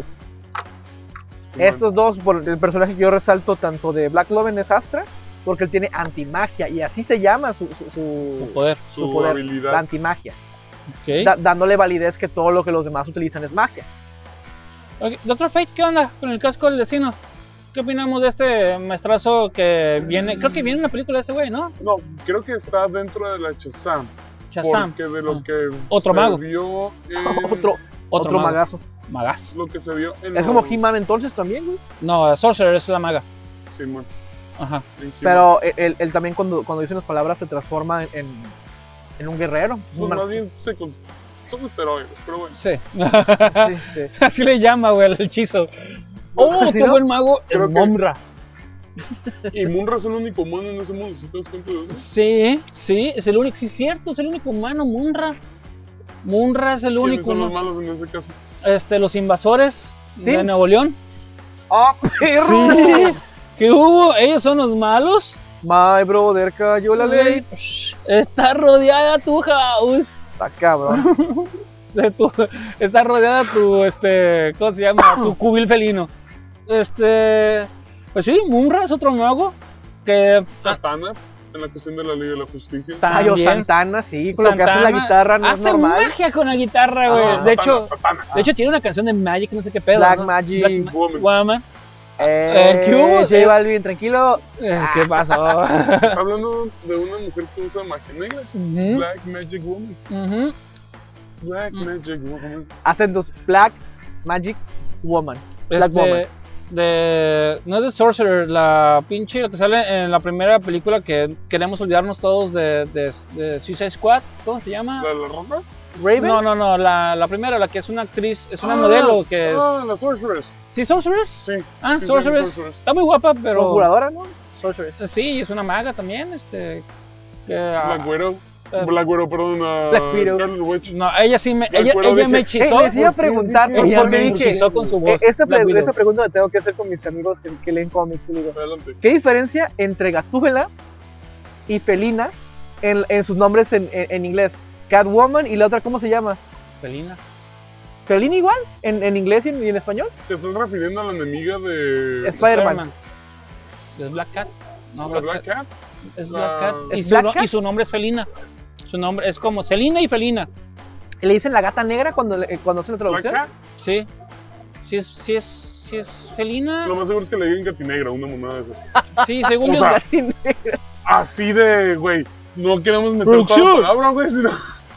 Estos dos, por el personaje que yo resalto tanto de Black Clover es Astra, porque él tiene antimagia y así se llama su, su, ¿no? su- Su poder. su Su poder, habilidad. la antimagia, Ok. da- dándole validez que todo lo que los demás utilizan es magia. Ok, Doctor Fate, ¿qué onda con el casco del destino? ¿Qué opinamos de este maestrazo que viene? Creo que viene una película de ese güey, ¿no? No, creo que está dentro de la Shazam. Shazam. Porque de lo Ah. que Otro se mago. vio en... otro Otro, otro mago. magazo. Magazo. Lo que se vio en Es como los- He-Man entonces también, güey. No, Sorcerer es la maga. Simón, Ajá. en He-Man. Pero él, él- él también cuando, cuando dice unas palabras se transforma en, en, en un guerrero. Pues Un mar- más bien se con- son esteroides, pero bueno. Sí. Sí, sí. Así le llama, güey, el hechizo. Oh, ¿Sí, qué no? buen mago es Creo que- Momra. Y Munra es el único humano en ese mundo, si te das cuenta de eso. Sí, sí, es el único, sí, es cierto, es el único humano, Munra. Munra es el ¿Quiénes único. son los ¿no? malos en ese caso? Este, los invasores Sí. de Nuevo León. ¡Oh, perro! Sí. ¿Qué hubo? Ellos son los malos. My brother cayó la ley. Está rodeada tu house. Está cabrón. De tu, está rodeada tu, este, ¿cómo se llama? Tu cubil felino. Este, pues sí, Munra es otro mago que Satana, en la cuestión de la ley de la justicia. Tayo también Santana, sí, con lo que hace la Santana guitarra no es hace normal. magia con la guitarra, güey. Ah, de Satana, hecho, Satana. de hecho tiene una canción de Magic, no sé qué pedo. Black ¿no? Magic. Black Woman. Woman. Eh, ¿qué hubo? J Eh, Balvin, tranquilo. Eh, ¿Qué pasó? Está hablando de una mujer que usa magia negra. Ujú, Black Magic Woman. ujú. Black Mm. Magic Woman. Hacen dos Black Magic Woman. Black Este, Woman. de, no es de Sorcerer, la pinche, lo que sale en la primera película que queremos olvidarnos todos de, de, de Suicide Squad, ¿cómo se llama? ¿La de las rocas? Raven. No, no, no, la, la primera, la que es una actriz, es una Ah, modelo que... Ah, la Sorceress. ¿Sí, Sorceress? Sí. Ah, sí, Sorceress. sí, Sorceress. Está muy guapa, pero... Conjuradora, ¿no? Sorceress. Sí, es una maga también, este... que, Black ah, Widow. eh, Black Widow, perdón. a Black Widow. Scarlet Witch. no, ella sí me... Black Ella, Widow, ella me dije, hechizó. Eh, les iba a preguntar, dije- ella porque me dije, hechizó con su eh, voz. esta, Black pre- Widow. esta pregunta la tengo que hacer con mis amigos que, que leen cómics. y digo, Adelante. ¿qué diferencia entre Gatúbela y Felina en, en sus nombres en, en, en inglés? Catwoman y la otra, ¿cómo se llama? Felina. ¿Felina igual? ¿En, en inglés y en, y en español? ¿Te estás refiriendo a la enemiga de Spider-Man. ¿Es Black Cat? No, la Black, Black Cat. Cat? Es La- Black Cat. Y, ¿Es su, Black no- Cat? y su nombre es Felina. Su nombre es como Selina y Felina. ¿Le dicen la gata negra cuando, le- cuando hacen la Black traducción? Cat. Sí. Sí es, sí es, sí es Felina. Lo más seguro es que le digan Gatinegra, una mamada de esas. Sí, según O yo. sea, Gata negra. Así de, güey. No queremos meter Producción. toda la palabra, güey, sino...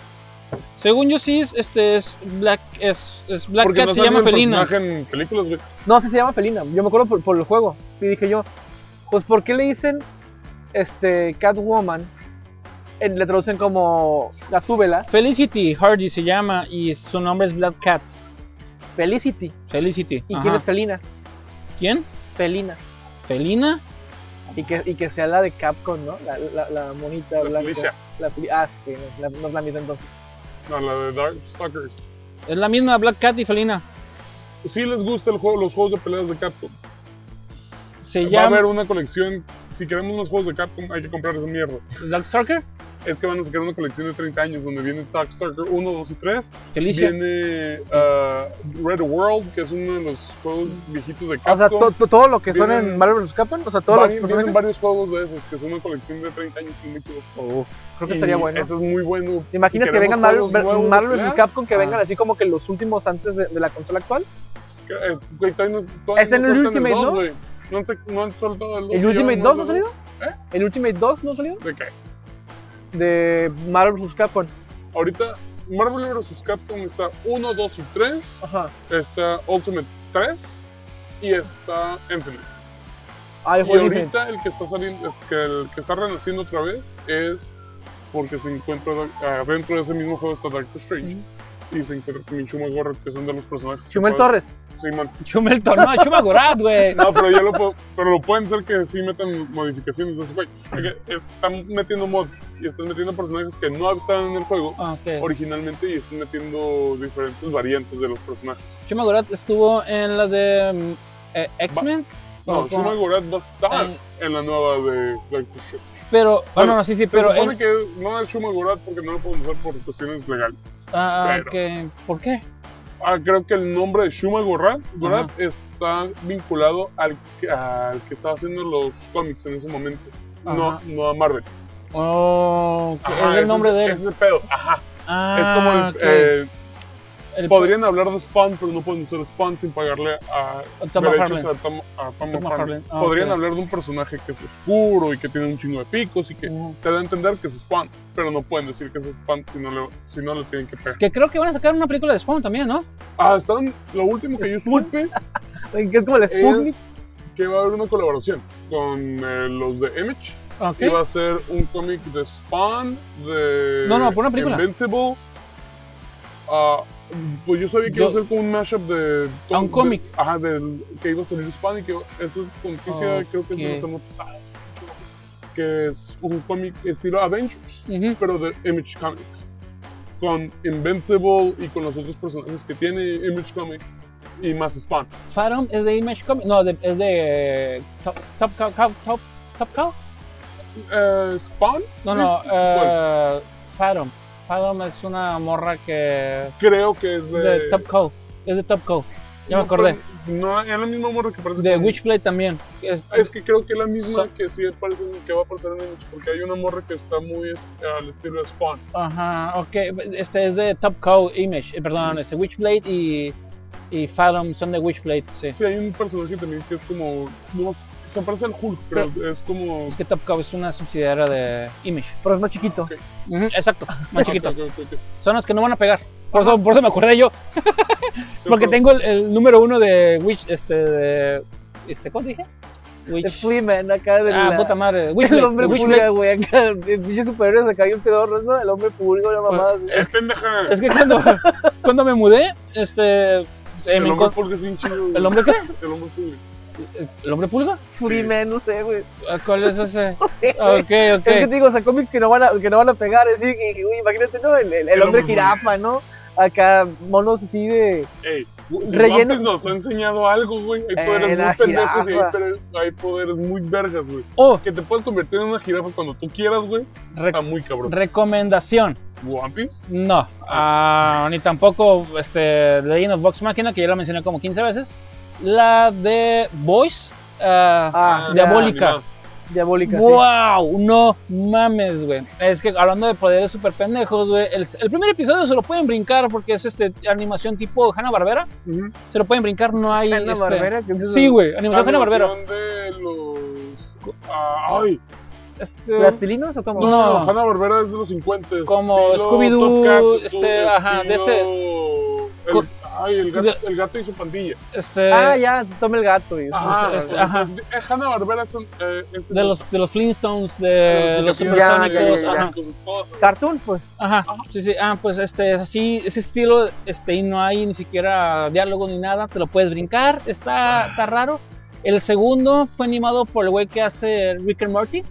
Según yo sí es, este es Black, es, es Black Porque Cat, no se sale llama el Felina. personaje en películas, güey. No, sí se llama Felina. Yo me acuerdo por, por el juego. Y dije yo, pues ¿por qué le dicen este, Catwoman? Eh, le traducen como Gatúbela. Felicity Hardy se llama y su nombre es Black Cat. Felicity. Felicity. ¿Y ajá. quién es Felina? ¿Quién? Felina. Felina. Y que, y que sea la de Capcom, ¿no? La, la, la monita La blanca. Felicia. La Fel- ah, sí, no, la- no es la misma entonces. No, la de Darkstalkers. Es la misma Black Cat y Felina. Sí les gusta el juego, los juegos de peleas de Capcom. Se Va a haber llama una colección. Si queremos unos juegos de Capcom, hay que comprar esa mierda. Darkstalker. es que van a sacar una colección de treinta años donde viene Darkstalker uno, dos y tres. Felicia. Viene uh, Red World, que es uno de los juegos viejitos de O sea, Capcom. to- to- todo lo que son Vienen- en Marvel versus. Capcom, o sea, todos los Vari- personajes. vienen varios juegos de esos, que son una colección de treinta años, si no me equivoco. Uf, creo que Y estaría bueno. Eso es muy bueno. ¿Te imaginas Si que queremos vengan Marvel, juegos nuevos de Marvel versus. pelea, Capcom, que Ah. vengan así como que los últimos antes de, de la consola actual? que, eh, güey, todavía no- todavía Es en no el sueltan Ultimate, dos, ¿no? güey. No han, sec- no han soltado el dos. ¿El y Ultimate llevan dos más no ha de salido? ¿Eh? ¿El Ultimate dos no ha salido? ¿De qué? De Marvel versus. Capcom. Ahorita Marvel versus. Capcom está uno, dos y tres. Ajá. Está Ultimate tres y está Infinite. Ah, el Y juego Ultimate. ahorita el que está saliendo, es que el que está renaciendo otra vez es porque se encuentra ah, dentro de ese mismo juego está Doctor Strange. Y se encuentra con Chuma Gorrat, que son de los personajes. que Chumel pueden- Torres. Sí, man. Chumelton, no, Chuma Gorat, güey. No, pero ya lo puedo, pero lo pueden hacer que sí metan modificaciones de ese güey. Así que están metiendo mods y están metiendo personajes que no estaban en el juego Ah, ok. originalmente y están metiendo diferentes variantes de los personajes. Chuma Gorat estuvo en la de mm, eh, X-Men. No, ¿O cómo? Shuma Gorat va a estar En- en la nueva de Doctor Strange. Pero, ah, Bueno, no, no, sí, sí, Se pero. supone en- que no es Shuma Gorat porque no lo pueden usar por cuestiones legales. ah, pero- ok. ¿Por qué? Ah, creo que el nombre de Shuma Gorat, Gorat está vinculado al, que- al que estaba haciendo los cómics en ese momento, no, Ajá. no a Marvel. Oh, que Ajá, es el ese nombre es, de él. ese es el pedo. Ajá. Ah, es como el, ok. eh, El- podrían hablar de Spawn, pero no pueden usar Spawn sin pagarle a Tom derechos McFarlane. a Tom, a Tom Tom McFarlane. McFarlane. Ah, Podrían ok. hablar de un personaje que es oscuro y que tiene un chingo de picos y que Ujú. te da a entender que es Spawn, pero no pueden decir que es Spawn si no le, si no le tienen que pegar. Que creo que van a sacar una película de Spawn también, ¿no? Ah, están, lo último que yo ¿Spawn? supe Que es como el Sputnik. es que va a haber una colaboración con eh, los de Image. Ok. Y va a ser un cómic de Spawn, de No, no, por una película. Invincible. Ah, pues yo sabía que Yo- iba a ser como un mashup de... A un de- cómic. Ajá, del, que iba a salir Spawn y que eso es noticia, creo que es de Ok. la semana pasada. si no me equivoco, Que es un cómic estilo Avengers, Ujú. pero de Image Comics. Con Invincible y con los otros personajes que tiene Image Comic y más Spawn. Phantom es de Image Comics. No, de- es de. eh, Top, Top Cow. Cow- Top, Top Cow? Eh, ¿Spawn? No, no. ¿Es? ¿Cuál? Eh, Phantom. Phantom es una morra que. Creo que es de... De Top Cow. Es de Top Cow. Ya me No, acordé. pero No, es la misma morra que parece De con- Witchblade también. Es, Es que creo que es la misma So- que sí parece que va a aparecer en Image, porque hay una morra que está muy este, al estilo de Spawn. Ajá, ok. Este es de Top Cow Image. eh, perdón, este Witchblade y. Y Phantom son de Witchblade, sí. Sí, hay un personaje también que es como. No, que se parece al Hulk, pero es como. Es que Top Cow es una subsidiaria de Image. Pero es más chiquito. Ok. Ujú, exacto, más chiquito. Ok, ok, ok, ok. Son los que no van a pegar. Por eso, por eso me acordé yo. Porque Pero- tengo el, el número uno de Witch, este, de, este, ¿cómo dije? El Witch. Fleaman acá de Ah, la... puta madre. El Witchblade, hombre de Witchblade. pulga, güey, acá, el pinche superhéroes acá bien pedorros, ¿no? El hombre pulga, una mamada así. Es pendeja. Es que cuando, cuando me mudé, este, se el me hombre encon- pulga es bien chido. güey. ¿El hombre qué? El hombre pulga. ¿El hombre pulga? Fleaman, no sé, güey. Ah, ¿Cuál es ese? No sé, güey. Ok, ok. Es que te digo, o sea, cómics que no van a, que no van a pegar, así que, güey, imagínate, ¿no? El, el, el El hombre hombre jirafa, ¿no? Acá, monos así de... Ey, si Relleno- One Piece nos ha enseñado algo, güey. Hay Eh, poderes la muy pendejos y hay, jirafa. poderes- hay poderes muy vergas, güey. Oh, Que te puedes convertir en una jirafa cuando tú quieras, güey. re- Está muy cabrón. recomendación. ¿One Piece? No, ah, ni tampoco este, Legend of Vox Machina, que ya la mencioné como quince veces. La de Boys, ah, Ah, Diabólica. mira. diabólica, sí. ¡Wow! No mames, güey. Es que hablando de poderes super pendejos, güey. El, el primer episodio se lo pueden brincar porque es este animación tipo Hanna-Barbera. Ujú. Se lo pueden brincar, no hay. Hanna este... Barbera, ¿qué es eso? Sí, güey, animación La Hanna-Barbera. animación de los. ah, ay, Este, ¿Plastilinos o cómo? no, No. no, Hanna Barbera es de los cincuenta. Como Scooby-Doo, este, ajá, de ese- Co- El, ay, el gato, el gato y su pandilla. este, Ah, ya, toma el gato. Y eso. Ajá, este, ajá. Hanna Barbera son. Eh, es de los, de los Flintstones, de de los Ya, supersónicos, ya, ya, ya. ajá. Cartoons, pues. Ajá, sí, sí, ah, pues este, así, ese estilo, este, y no hay ni siquiera diálogo ni nada, te lo puedes brincar, está, está raro. El segundo fue animado por el güey que hace Rick and Morty,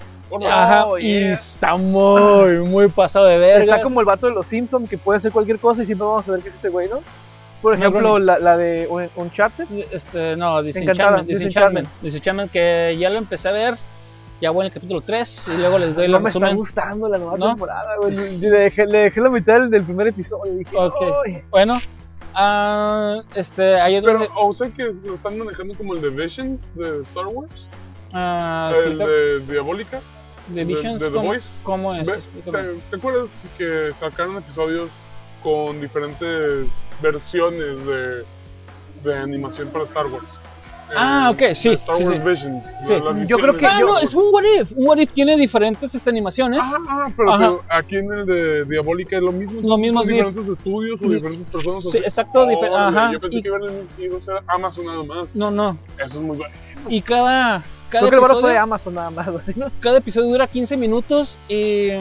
ajá, Oh, y yeah. está muy, muy pasado de verga. Está como el vato de los Simpsons que puede hacer cualquier cosa y siempre vamos a ver qué es ese güey, ¿no? Por No, ejemplo, Ronnie. la, la de Un- Uncharted. Este, no, Encantada, Disenchantment, Disenchantment, Disenchantment. Disenchantment, que ya lo empecé a ver, Ya voy en el capítulo tres y luego les doy No el me está resumen. gustando la nueva ¿No? temporada, güey. Le dejé, le dejé la mitad del, del primer episodio. Dije, Ok. "Ay". Bueno, ah, este, hay otro. Pero, o sea que lo están manejando como el de Visions de Star Wars. ah, El explica- de Diabólica. de Visions, de The ¿cómo, Voice. ¿cómo es? Ve- Explícame. ¿Te, te acuerdas que sacaron episodios con diferentes versiones de, de animación para Star Wars? Ah, Eh, ok, sí, de Star sí, Wars sí. Visions. Sí. de las Yo creo visiones que de Ah, Star no, Wars. es un What If. Un What If tiene diferentes este, animaciones. Ajá, ajá, pero Ajá. te- aquí en el de Diabólica es lo mismo. Lo mismo, son sí. diferentes estudios o Sí. diferentes personas. Sí, así. exacto, dife- Órale, ajá, Yo pensé y- que iba a, iba a ser Amazon nada más. No, no. Eso es muy bueno. Y cada, cada, Creo que el barro fue de episodio, Amazon nada más, así, ¿no? cada episodio dura quince minutos y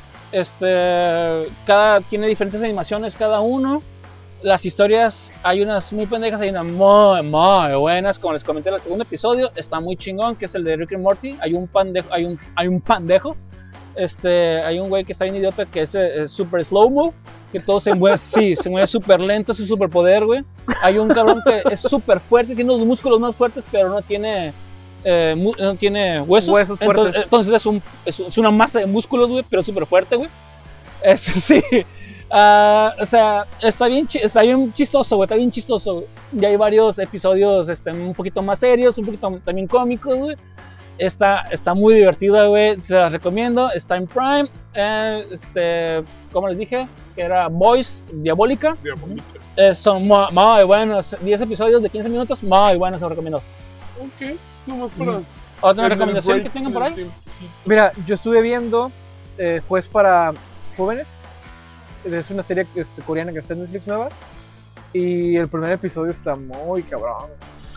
este cada tiene diferentes animaciones cada uno. Las historias, hay unas muy pendejas, hay unas muy, muy buenas, como les comenté en el segundo episodio, está muy chingón, que es el de Rick and Morty. Hay un pandejo, hay un, hay un pandejo, este, hay un güey que está bien idiota que es, eh, super slow-mo, que todo se mueve, sí, se mueve súper lento, es su superpoder, güey. Hay un cabrón que es súper fuerte, tiene los músculos más fuertes, pero no tiene, eh, mu- no tiene huesos. Huesos entonces, fuertes. entonces es, un, es, es una masa de músculos, güey, pero súper fuerte, güey. Es, sí. Ah, o sea, está bien, chi- está bien chistoso, güey, está bien chistoso, güey. Ya hay varios episodios este, un poquito más serios, un poquito también cómicos, güey. Está, está muy divertida, güey, se las recomiendo. Está en Prime, eh, este, como les dije, que era Boys, Diabólica. Diabólica. Eh, son muy, muy buenos, diez episodios de quince minutos, muy buenos, se los recomiendo. Ok, nomás para. ¿Otra el- el recomendación break que tengan en por el ahí? tiempo, sí. Mira, yo estuve viendo eh, Juez para Jóvenes. Es una serie este, coreana que está en Netflix nueva. Y el primer episodio está muy cabrón.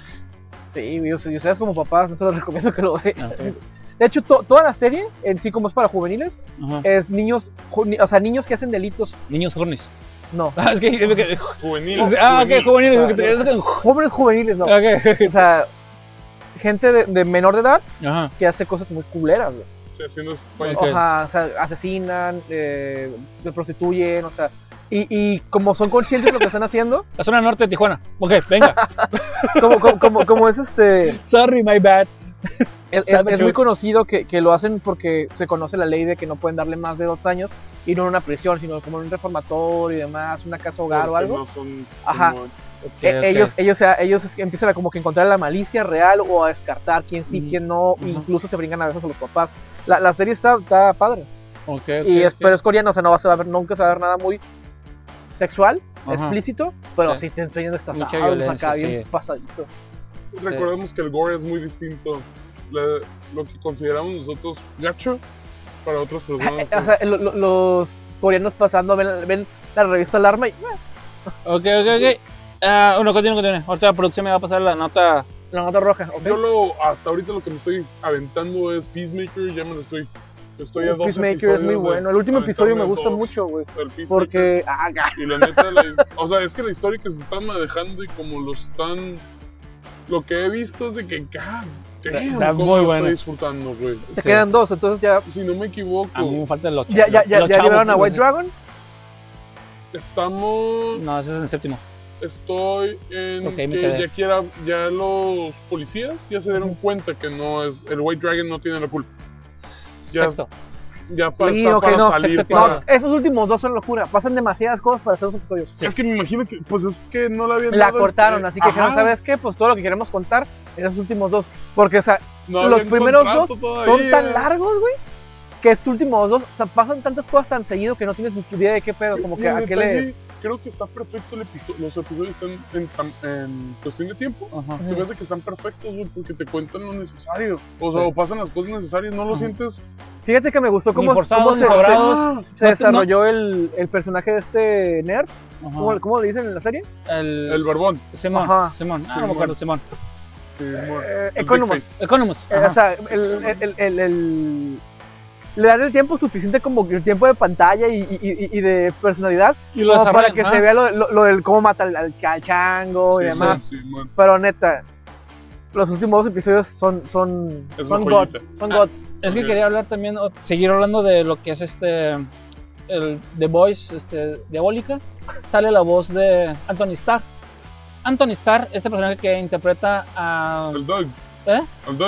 Sí, yo, yo sabes como papás, no se lo recomiendo que lo vean. Ok. De hecho, to- toda la serie, en sí como es para juveniles, Ajá. es niños, ju- ni- o sea, niños que hacen delitos. Niños hornies. No, Ah, es que, es que- Juveniles. ah, ok, juveniles. O sea, porque te- es que- jóvenes juveniles, no. ok. O sea, gente de, de menor de edad Ajá. que hace cosas muy culeras, güey. Sí, haciendo Ok. Spider- Ajá, o sea, asesinan, eh, se prostituyen, o sea, y, y como son conscientes de lo que están haciendo, La zona norte de Tijuana. Ok, venga. como, como, como, como es este, Sorry, my bad. es, es- es muy conocido que, que lo hacen porque se conoce la ley de que no pueden darle más de dos años y no en una prisión, sino como en un reformatorio y demás, una casa hogar o porque algo. no son- Ajá. como- Eh, Ellos, ellos, o sea, ellos es que empiezan a como que encontrar la malicia real o a descartar quién sí, Ujú. quién no, Ujú. incluso se brincan a veces a los papás. La, la serie está, está padre. Ok, ok, Y es, ok. pero es coreano, o sea, no vas a ver, nunca se va a ver nada muy sexual, Ajá. explícito, pero Sí. sí, te enseñan estas Mucha acá violencia, bien sí. pasadito. Recordemos que el gore es muy distinto. La- lo que consideramos nosotros gacho para otras personas. O sea, lo- lo- los coreanos pasando ven, ven la revista Alarma y Ok, ok, ok. Ah, bueno, continúe, continúe. Ahorita la producción me va a pasar la nota. la nota roja, ¿ok? Yo lo, hasta ahorita lo que me estoy aventando es Peacemaker, ya me lo estoy. Estoy a dos Peacemaker es muy episodios de bueno. El último episodio me aventarme gusta dos mucho, güey. del Peacemaker. Porque. Ah, ga- Y la neta, la- o sea, es que la historia que se están manejando y como lo están. Lo que he visto es de que, God damn, Está cómo muy lo bueno. estoy disfrutando, güey. te Sí. quedan dos, entonces ya. Si no me equivoco, A mí me falta los Ya, ya, ya, los ya chavos, liberaron a pues, White Dragon. estamos. No, ese es el séptimo. Estoy en Ok, me que quedé. ya quiera, ya los policías ya se dieron cuenta que no es. El White Dragon no tiene la culpa. Ya, Sexto. ya pa- Sí, está ok, para no, salir sexto para- No, esos últimos dos son locura. Pasan demasiadas cosas para hacer esos episodios. Sí. Es que me imagino que, pues es que no la habían La dado el- cortaron, eh, así que dijeron, ajá, ¿sabes qué? Pues todo lo que queremos contar en esos últimos dos. Porque, o sea, no los habían primeros contrato dos son todavía. tan largos, güey, que estos últimos dos, o sea, pasan tantas cosas tan seguido que no tienes ni idea de qué pedo, como Y que el a qué le... detalle, creo que está perfecto el episodio. Los episodios están en, tam- en cuestión de tiempo. Ajá. Se me hace que están perfectos, güey, porque te cuentan lo necesario. O sea, Sí. o pasan las cosas necesarias, no lo Ajá. sientes. Fíjate que me gustó Ni cómo, forzados, cómo ni se, se, sobrados. Ah, se No, desarrolló el, el personaje de este nerd. Ajá. ¿Cómo, cómo le dicen en la serie? El, el barbón. Simón. Ajá. Simón. Ah, no Simón. me acuerdo, Simón. Sí, amor. Eh, El Economos. Big Economus. Eh, o sea, el, el, el, el- el- le dan el tiempo suficiente como que el tiempo de pantalla y, y, y- y de personalidad y lo como para desarrollan, que ajá. se vea lo, lo, lo del cómo mata al, al cha- chango y Sí, demás. sí, amor. Pero neta, los últimos dos episodios son son Es son una God, joyita. son Ah, God. Es que Ok. quería hablar también, o seguir hablando de lo que es este. El The Voice, este, Diabólica. Sale la voz de Anthony Starr. Anthony Starr, este personaje que interpreta a. El Doug. ¿Eh? El Doug.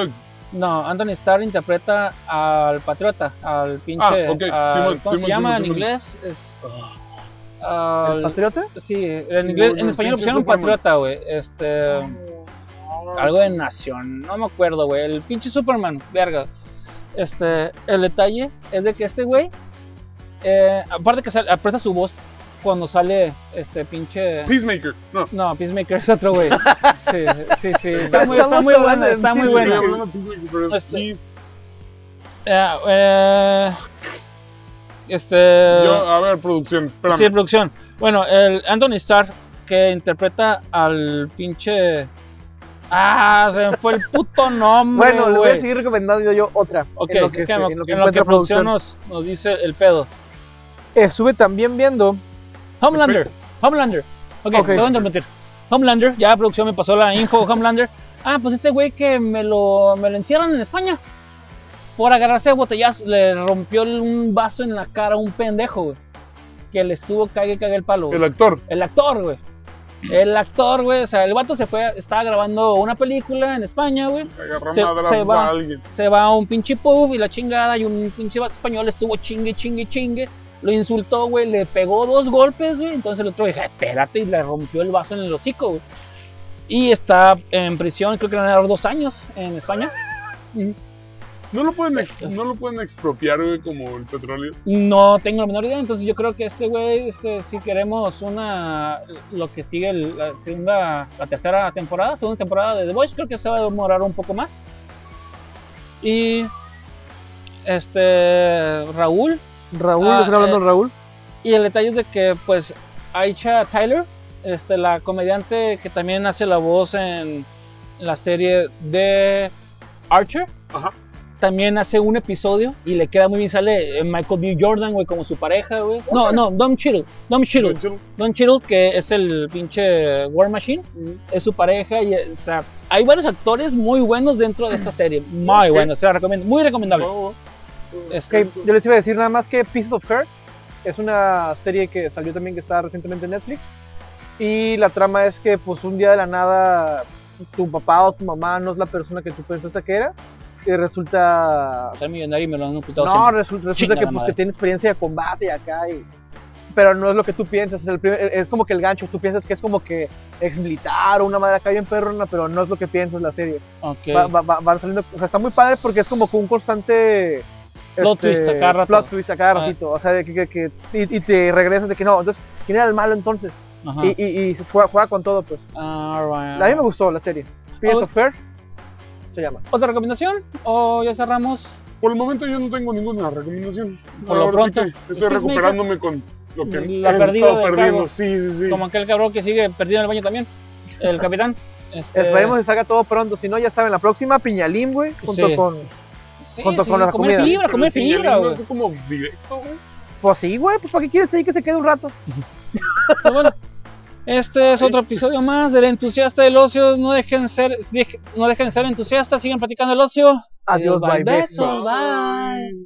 No, Anthony Starr interpreta al patriota, al pinche. Ah, ok, al- Simón, ¿Cómo se Simón, llama Simón, en Simón. inglés? Es. ¿El al- patriota? Sí, en Sí, inglés, bueno, en el español pinche pusieron Superman. patriota, güey. Este. Algo de nación, no me acuerdo, güey. El pinche Superman, verga. Este, el detalle es de que este güey, eh, aparte que sale, aprieta su voz cuando sale este pinche. Peacemaker, no. No, Peacemaker es otro güey. Sí, sí, sí. Está muy, está Estamos muy hablando bueno, de está muy Sí, bueno. estoy hablando de Peacemaker, pero es Este- Peace- Eh, eh, este. Yo, a ver, producción, espérame. Sí, producción. Bueno, el Anthony Starr que interpreta al pinche. Ah, se me fue el puto nombre. Bueno, le voy a güey. seguir recomendando yo otra. Ok, en lo que, que- se- en lo en lo que en lo que encuentra producción producción. nos, nos dice el pedo. Estuve también viendo. Homelander. Homelander. Ok, Ok. te voy a interrumpir. Homelander, ya producción me pasó la info. Homelander. Ah, pues este güey que me lo, me lo encierran en España. Por agarrarse de botellazos, le rompió un vaso en la cara a un pendejo, güey. Que le estuvo cague, cague el palo, güey. El actor. El actor, güey. El actor, güey. O sea, el vato se fue, estaba grabando una película en España, güey. Agarra Se- madrazos se va. a alguien. Se va a un pinche pub y la chingada. Y un pinche vato español estuvo chingue, chingue, chingue. Lo insultó, güey. Le pegó dos golpes, güey. Entonces el otro dijo, espérate, y le rompió el vaso en el hocico, güey. Y está en prisión, creo que le van a dar dos años en España. No lo pueden, ex- no lo pueden expropiar, güey, como el petróleo. No tengo la menor idea, entonces yo creo que este güey, este, si queremos una, lo que sigue el- la segunda, la tercera temporada, segunda temporada de The Voice, creo que se va a demorar un poco más. Y este Raúl, Raúl, Ah, ¿están hablando eh, de Raúl? y el detalle es de que pues Aisha Tyler, este, la comediante que también hace la voz en la serie de Archer, Ajá. también hace un episodio y le queda muy bien. Sale eh, Michael B. Jordan, güey, como su pareja, güey. No, no, Dom Cheadle. Dom Cheadle. Don Cheadle, que es el pinche War Machine, es su pareja. Y, o sea, hay varios actores muy buenos dentro de esta serie. Muy Ok. buenos, se la recomiendo. Muy recomendable. No, Este, Ok, yo les iba a decir nada más que Pieces of Her es una serie que salió también, que está recientemente en Netflix. Y la trama es que, pues, un día de la nada, tu papá o tu mamá no es la persona que tú pensaste que era. Y resulta. ser millonario y me lo han ocultado No, siempre. resulta, resulta Chinga que, la pues, madre. que tiene experiencia de combate y acá. Y... Pero no es lo que tú piensas. Es, el primer- es como que el gancho. Tú piensas que es como que ex militar o una madre acá bien perrona, pero no es lo que piensas la serie. Ok. Va, va- va- van saliendo, o sea, está muy padre porque es como que un constante Plot twist a cada rato. plot twist a cada Ah. ratito, o sea, de que, que- que- y, y te regresas de que no, entonces, ¿quién era el malo entonces? Ajá. Y, y, y se juega, juega con todo, pues. Alright. A mí me gustó la serie. Pieces Oh. of Fair se llama. ¿Otra recomendación? ¿O ya cerramos? Por el momento yo no tengo ninguna recomendación. Por lo Ahora sí pronto, que ¿el estoy Peacemaker? recuperándome con lo que La he perdida estado de perdiendo. Cargo. Sí, sí, sí. Como aquel cabrón que sigue perdido en el baño también. El capitán. Este, Esperemos que salga todo pronto, si no, ya saben, la próxima Piñalín, güey, junto Sí. con... sí, junto sí, con la comer comida. fibra, Pero comer el piñalín fibra, no güey. es como directo, güey. Pues sí, güey, pues ¿para qué quieres ahí que se quede un rato? Pero bueno, este es otro episodio más del entusiasta del ocio. No dejen ser, no dejen de ser entusiastas, sigan platicando el ocio. Adiós, bye, besos, besos. bye.